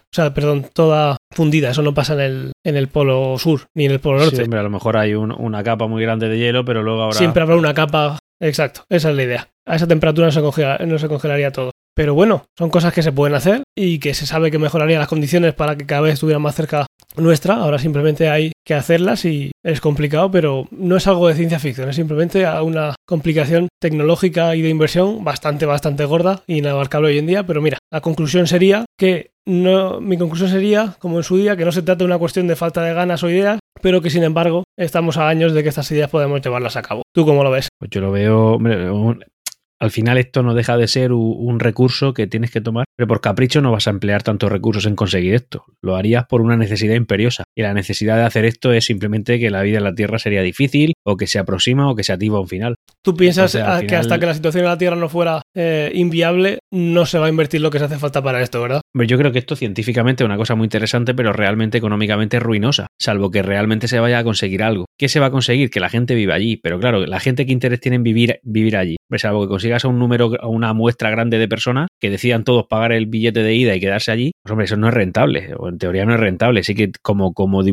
[SPEAKER 1] toda fundida. Eso no pasa en el polo sur ni en el polo norte.
[SPEAKER 2] Sí, hombre, a lo mejor hay una capa muy grande de hielo, pero luego
[SPEAKER 1] siempre habrá una capa. Exacto, esa es la idea. A esa temperatura no se congelaría todo. Pero bueno, son cosas que se pueden hacer y que se sabe que mejorarían las condiciones para que cada vez estuvieran más cerca nuestra. Ahora simplemente hay que hacerlas y es complicado, pero no es algo de ciencia ficción, es simplemente una complicación tecnológica y de inversión bastante gorda e inabarcable hoy en día. Pero mira, mi conclusión sería, como en su día, que no se trata de una cuestión de falta de ganas o ideas, pero que sin embargo estamos a años de que estas ideas podemos llevarlas a cabo. ¿Tú cómo lo ves?
[SPEAKER 2] Pues yo lo veo, hombre, al final esto no deja de ser un recurso que tienes que tomar, pero por capricho no vas a emplear tantos recursos en conseguir esto. Lo harías por una necesidad imperiosa. Y la necesidad de hacer esto es simplemente que la vida en la Tierra sería difícil, o que se aproxima, o que se activa a un final.
[SPEAKER 1] ¿Tú piensas que hasta que la situación en la Tierra no fuera inviable, no se va a invertir lo que se hace falta para esto, verdad?
[SPEAKER 2] Yo creo que esto científicamente es una cosa muy interesante, pero realmente económicamente es ruinosa, salvo que realmente se vaya a conseguir algo. ¿Qué se va a conseguir? Que la gente viva allí. Pero claro, la gente, ¿qué interés tiene en vivir allí? Pues salvo que consigas a una muestra grande de personas que decidan todos pagar el billete de ida y quedarse allí, pues hombre, eso no es rentable, o en teoría no es rentable. Sí que como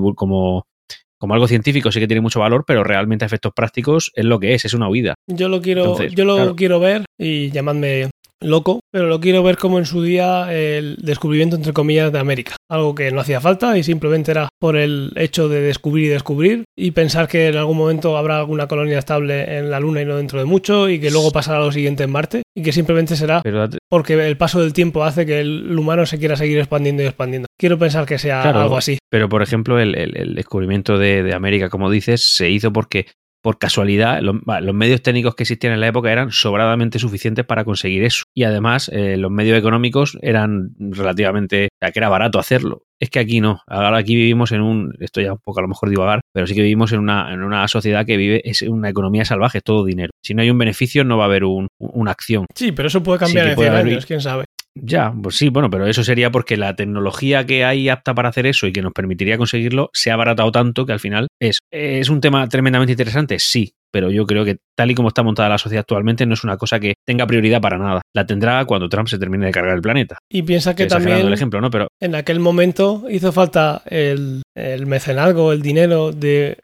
[SPEAKER 2] algo científico sí que tiene mucho valor, pero realmente a efectos prácticos es lo que es una huida.
[SPEAKER 1] Yo lo quiero ver, y llamadme loco, pero lo quiero ver como en su día el descubrimiento, entre comillas, de América. Algo que no hacía falta y simplemente era por el hecho de descubrir y pensar que en algún momento habrá alguna colonia estable en la Luna y no dentro de mucho, y que luego pasará lo siguiente en Marte, y que simplemente será porque el paso del tiempo hace que el humano se quiera seguir expandiendo y expandiendo. Quiero pensar que sea algo así.
[SPEAKER 2] Pero, por ejemplo, el descubrimiento de América, como dices, se hizo porque por casualidad, los medios técnicos que existían en la época eran sobradamente suficientes para conseguir eso. Y además, los medios económicos eran relativamente... O sea, que era barato hacerlo. Es que aquí no. Ahora aquí vivimos esto ya un poco a lo mejor divagar, pero sí que vivimos en una sociedad que vive, es una economía salvaje, es todo dinero. Si no hay un beneficio, no va a haber una acción.
[SPEAKER 1] Sí, pero eso puede cambiar en 100 años, quién sabe.
[SPEAKER 2] Ya, pues sí, bueno, pero eso sería porque la tecnología que hay apta para hacer eso y que nos permitiría conseguirlo se ha abaratado tanto que al final es un tema tremendamente interesante, sí, pero yo creo que tal y como está montada la sociedad actualmente no es una cosa que tenga prioridad para nada. La tendrá cuando Trump se termine de cargar el planeta.
[SPEAKER 1] Y piensa que
[SPEAKER 2] Exagerando
[SPEAKER 1] también
[SPEAKER 2] el ejemplo, ¿no? Pero
[SPEAKER 1] en aquel momento hizo falta el mecenazgo, el dinero de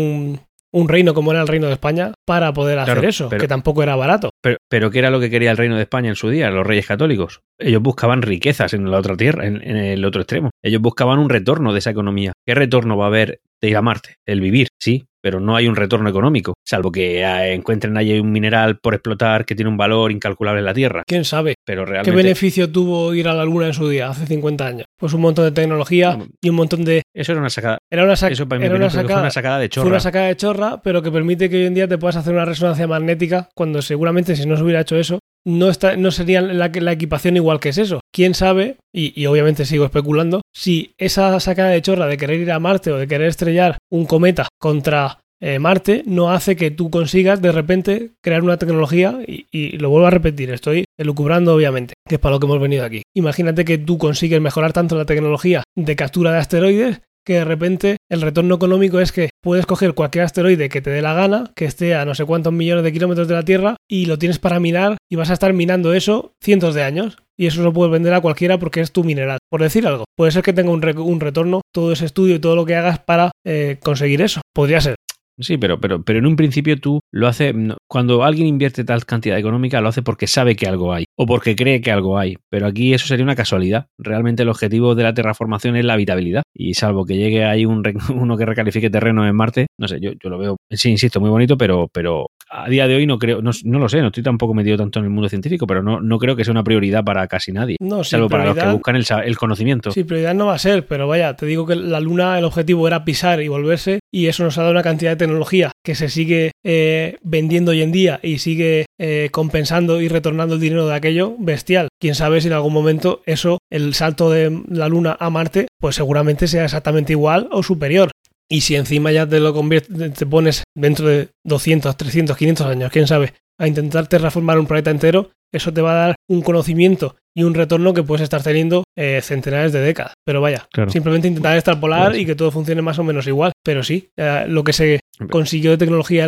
[SPEAKER 1] un reino como era el Reino de España para poder hacer eso, que tampoco era barato.
[SPEAKER 2] Pero ¿qué era lo que quería el Reino de España en su día? Los reyes católicos. Ellos buscaban riquezas en la otra tierra, en el otro extremo. Ellos buscaban un retorno de esa economía. ¿Qué retorno va a haber de ir a Marte? El vivir, sí, pero no hay un retorno económico, salvo que encuentren ahí un mineral por explotar que tiene un valor incalculable en la Tierra.
[SPEAKER 1] ¿Quién sabe?
[SPEAKER 2] Pero realmente,
[SPEAKER 1] ¿qué beneficio tuvo ir a la Luna en su día, hace 50 años? Pues un montón de tecnología y un montón de...
[SPEAKER 2] Eso era una sacada.
[SPEAKER 1] Eso para mí fue una
[SPEAKER 2] sacada de chorra.
[SPEAKER 1] Fue una sacada de chorra, pero que permite que hoy en día te puedas hacer una resonancia magnética cuando seguramente si no se hubiera hecho eso, no sería la equipación igual que es eso. ¿Quién sabe? Y obviamente sigo especulando, si esa sacada de chorra de querer ir a Marte o de querer estrellar un cometa contra Marte no hace que tú consigas de repente crear una tecnología y lo vuelvo a repetir, estoy elucubrando obviamente, que es para lo que hemos venido aquí. Imagínate que tú consigues mejorar tanto la tecnología de captura de asteroides que de repente el retorno económico es que puedes coger cualquier asteroide que te dé la gana, que esté a no sé cuántos millones de kilómetros de la Tierra y lo tienes para minar y vas a estar minando eso cientos de años. Y eso lo puedes vender a cualquiera porque es tu mineral. Por decir algo, puede ser que tenga un retorno todo ese estudio y todo lo que hagas para conseguir eso. Podría ser.
[SPEAKER 2] Sí, pero en un principio tú lo haces, cuando alguien invierte tal cantidad económica, lo hace porque sabe que algo hay o porque cree que algo hay. Pero aquí eso sería una casualidad. Realmente el objetivo de la terraformación es la habitabilidad. Y salvo que llegue ahí uno que recalifique terreno en Marte, no sé, yo lo veo, sí, insisto, muy bonito, pero a día de hoy no creo, no lo sé, no estoy tampoco metido tanto en el mundo científico, pero no creo que sea una prioridad para casi nadie.
[SPEAKER 1] No, sí,
[SPEAKER 2] salvo para los que buscan el conocimiento.
[SPEAKER 1] Sí, prioridad no va a ser, pero vaya, te digo que la Luna, el objetivo era pisar y volverse, y eso nos ha dado una cantidad de tecnología que se sigue vendiendo hoy en día y sigue compensando y retornando el dinero de aquello bestial. Quién sabe si en algún momento eso, el salto de la Luna a Marte, pues seguramente sea exactamente igual o superior. Y si encima ya te pones dentro de 200, 300, 500 años, quién sabe, a intentar terraformar un planeta entero, eso te va a dar un conocimiento y un retorno que puedes estar teniendo centenares de décadas. Pero vaya, claro, simplemente intentar extrapolar y que todo funcione más o menos igual. Pero sí, lo que se consiguió de tecnología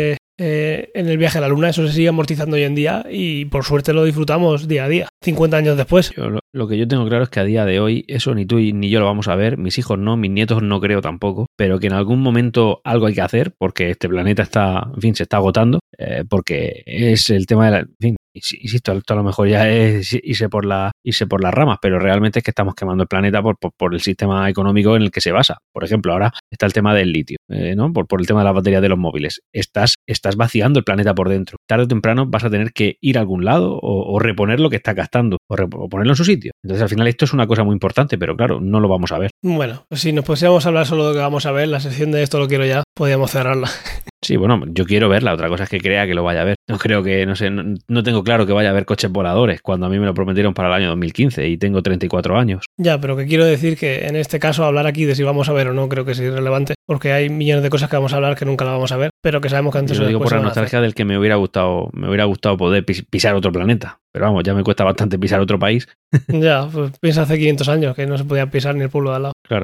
[SPEAKER 1] en el viaje a la Luna, eso se sigue amortizando hoy en día y por suerte lo disfrutamos día a día, 50 años después.
[SPEAKER 2] Lo que yo tengo claro es que a día de hoy eso ni tú ni yo lo vamos a ver, mis hijos no, mis nietos no creo tampoco, pero que en algún momento algo hay que hacer porque este planeta está, en fin, se está agotando, porque es el tema de la... En fin, insisto, esto a lo mejor ya es irse por las ramas, pero realmente es que estamos quemando el planeta por el sistema económico en el que se basa. Por ejemplo, ahora está el tema del litio, ¿no? Por el tema de las baterías de los móviles. Estás vaciando el planeta por dentro. Tarde o temprano vas a tener que ir a algún lado o reponer lo que está gastando o ponerlo en su sitio. Entonces, al final esto es una cosa muy importante, pero claro, no lo vamos a ver.
[SPEAKER 1] Bueno, si nos pusiéramos a hablar solo de lo que vamos a ver, la sección de esto lo quiero ya, podríamos cerrarla.
[SPEAKER 2] Sí, bueno, yo quiero verla, otra cosa es que crea que lo vaya a ver. No creo que, no sé, no tengo claro que vaya a haber coches voladores, cuando a mí me lo prometieron para el año 2015 y tengo 34 años.
[SPEAKER 1] Ya, pero que quiero decir que en este caso hablar aquí de si vamos a ver o no creo que es irrelevante, porque hay millones de cosas que vamos a hablar que nunca la vamos a ver, pero que sabemos que antes
[SPEAKER 2] yo
[SPEAKER 1] o
[SPEAKER 2] lo digo
[SPEAKER 1] después
[SPEAKER 2] por la nostalgia del que me hubiera gustado poder pisar otro planeta. Pero vamos, ya me cuesta bastante pisar otro país.
[SPEAKER 1] Ya, pues piensa hace 500 años que no se podía pisar ni el pueblo de al lado.
[SPEAKER 2] Claro.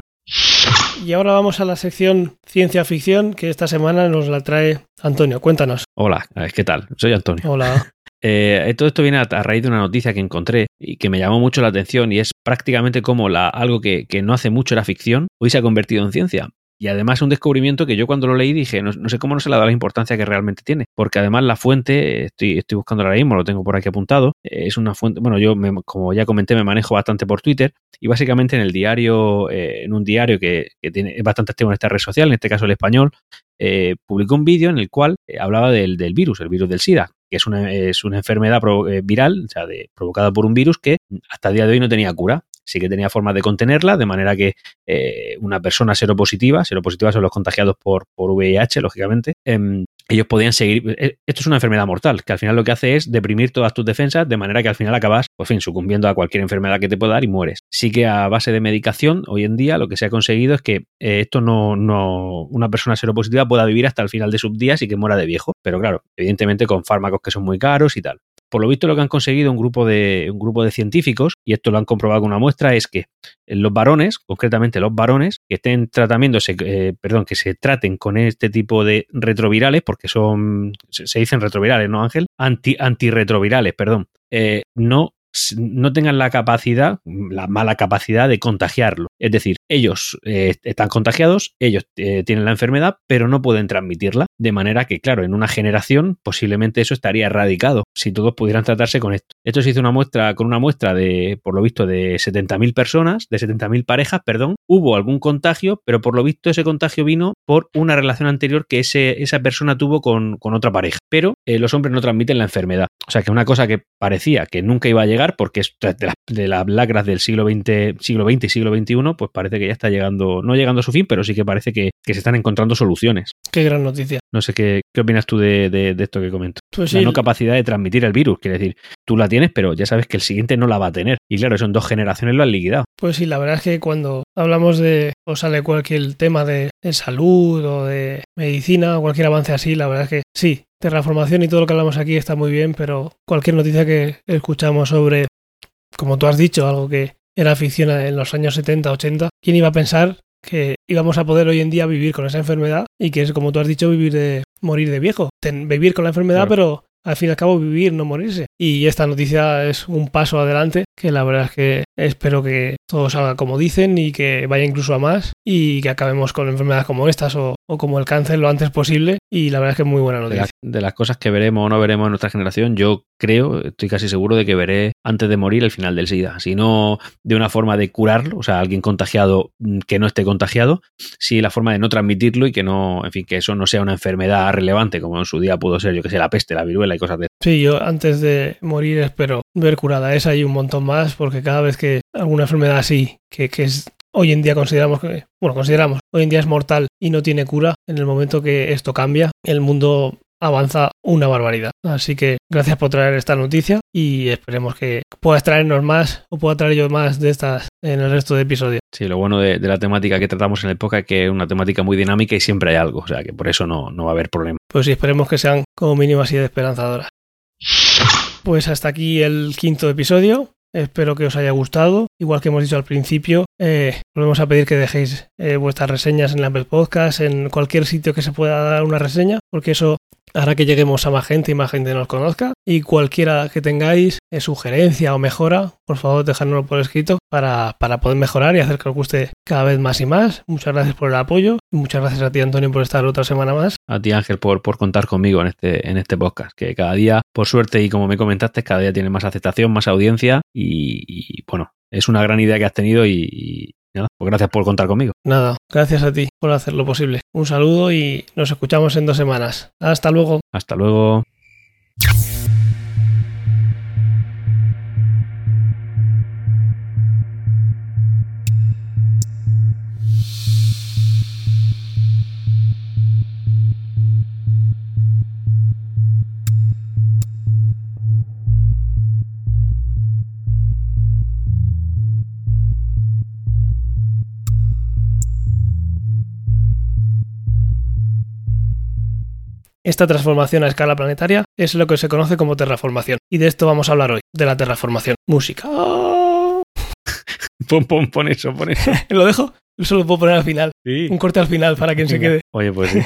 [SPEAKER 1] Y ahora vamos a la sección ciencia ficción que esta semana nos la trae Antonio. Cuéntanos.
[SPEAKER 2] Hola, ¿qué tal? Soy Antonio.
[SPEAKER 1] Hola.
[SPEAKER 2] Todo esto viene a raíz de una noticia que encontré y que me llamó mucho la atención y es prácticamente como algo que no hace mucho era ficción, hoy se ha convertido en ciencia. Y además un descubrimiento que yo cuando lo leí dije, no sé cómo no se le da la importancia que realmente tiene, porque además la fuente, estoy buscando ahora mismo, lo tengo por aquí apuntado, es una fuente, bueno, como ya comenté, me manejo bastante por Twitter y básicamente en un diario que es bastante activo en esta red social, en este caso El Español, publicó un vídeo en el cual hablaba del virus, el virus del SIDA, que es una enfermedad viral, o sea, provocada por un virus que hasta el día de hoy no tenía cura. Sí que tenía formas de contenerla, de manera que una persona seropositiva son los contagiados por VIH, lógicamente, ellos podían seguir... Esto es una enfermedad mortal, que al final lo que hace es deprimir todas tus defensas, de manera que al final acabas, pues, en fin, sucumbiendo a cualquier enfermedad que te pueda dar y mueres. Sí que a base de medicación, hoy en día, lo que se ha conseguido es que una persona seropositiva pueda vivir hasta el final de sus días y que muera de viejo. Pero claro, evidentemente con fármacos que son muy caros y tal. Por lo visto lo que han conseguido un grupo de científicos, y esto lo han comprobado con una muestra, es que los varones, concretamente los varones, que estén que se traten con este tipo de retrovirales, porque se dicen retrovirales, ¿no, Ángel? Antirretrovirales, perdón. No tengan la mala capacidad de contagiarlo. Es decir, ellos están contagiados, ellos tienen la enfermedad, pero no pueden transmitirla. De manera que, claro, en una generación posiblemente eso estaría erradicado si todos pudieran tratarse con esto. Esto se hizo con una muestra de, por lo visto, de 70.000 personas, de 70.000 parejas, perdón. Hubo algún contagio, pero por lo visto ese contagio vino por una relación anterior que esa persona tuvo con otra pareja. Pero los hombres no transmiten la enfermedad. O sea que una cosa que parecía que nunca iba a llegar, porque es de las lacras del siglo XX y siglo XXI, pues parece que ya está no llegando a su fin, pero sí que parece que se están encontrando soluciones.
[SPEAKER 1] Qué gran noticia.
[SPEAKER 2] No sé qué opinas tú de esto que comento.
[SPEAKER 1] Pues
[SPEAKER 2] la
[SPEAKER 1] sí,
[SPEAKER 2] no capacidad de transmitir el virus, quiere decir, tú la tienes, pero ya sabes que el siguiente no la va a tener. Y claro, eso en 2 generaciones lo han liquidado.
[SPEAKER 1] Pues sí, la verdad es que cuando hablamos o sale cualquier tema de salud o de medicina o cualquier avance así, la verdad es que sí, terraformación y todo lo que hablamos aquí está muy bien, pero cualquier noticia que escuchamos sobre, como tú has dicho, algo que era ficción en los años 70, 80, ¿quién iba a pensar que íbamos a poder hoy en día vivir con esa enfermedad y que es, como tú has dicho, morir de viejo? Vivir con la enfermedad, claro, pero al fin y al cabo vivir, no morirse. Y esta noticia es un paso adelante, que la verdad es que espero que todo salga como dicen y que vaya incluso a más y que acabemos con enfermedades como estas o como el cáncer lo antes posible. Y la verdad es que es muy buena noticia.
[SPEAKER 2] De las cosas que veremos o no veremos en nuestra generación, yo estoy casi seguro de que veré antes de morir el final del SIDA. Si no de una forma de curarlo, o sea, alguien contagiado que no esté contagiado, sí la forma de no transmitirlo y que no, en fin, que eso no sea una enfermedad relevante como en su día pudo ser, yo que sé, la peste, la viruela y cosas de eso.
[SPEAKER 1] Sí, yo antes de morir espero ver curada esa y un montón más, porque cada vez que alguna enfermedad así, que es hoy en día consideramos, hoy en día es mortal y no tiene cura, en el momento que esto cambia, el mundo avanza una barbaridad. Así que gracias por traer esta noticia y esperemos que puedas traernos más o pueda traer yo más de estas en el resto de episodios.
[SPEAKER 2] Sí, lo bueno de la temática que tratamos en el podcast es que es una temática muy dinámica y siempre hay algo, o sea que por eso no va a haber problema.
[SPEAKER 1] Pues sí, esperemos que sean como mínimo así de esperanzadoras. Pues hasta aquí el 5º episodio. Espero que os haya gustado. Igual que hemos dicho al principio, volvemos a pedir que dejéis vuestras reseñas en la Apple Podcast, en cualquier sitio que se pueda dar una reseña, porque eso hará que lleguemos a más gente y más gente nos conozca. Y cualquiera que tengáis sugerencia o mejora, por favor dejárnoslo por escrito para poder mejorar y hacer que os guste cada vez más y más. Muchas gracias por el apoyo y muchas gracias a ti, Antonio, por estar otra semana más.
[SPEAKER 2] A ti, Ángel, por contar conmigo en este podcast, que cada día, por suerte y como me comentaste, cada día tiene más aceptación, más audiencia y bueno, es una gran idea que has tenido y nada, pues gracias por contar conmigo.
[SPEAKER 1] Nada, gracias a ti por hacer lo posible. Un saludo y nos escuchamos en 2 semanas. Hasta luego.
[SPEAKER 2] Hasta luego.
[SPEAKER 1] Esta transformación a escala planetaria es lo que se conoce como terraformación. Y de esto vamos a hablar hoy, de la terraformación. Música.
[SPEAKER 2] Pon eso.
[SPEAKER 1] ¿Lo dejo? Eso lo puedo poner al final.
[SPEAKER 2] Sí.
[SPEAKER 1] Un corte al final para quien se quede.
[SPEAKER 2] Oye, pues sí.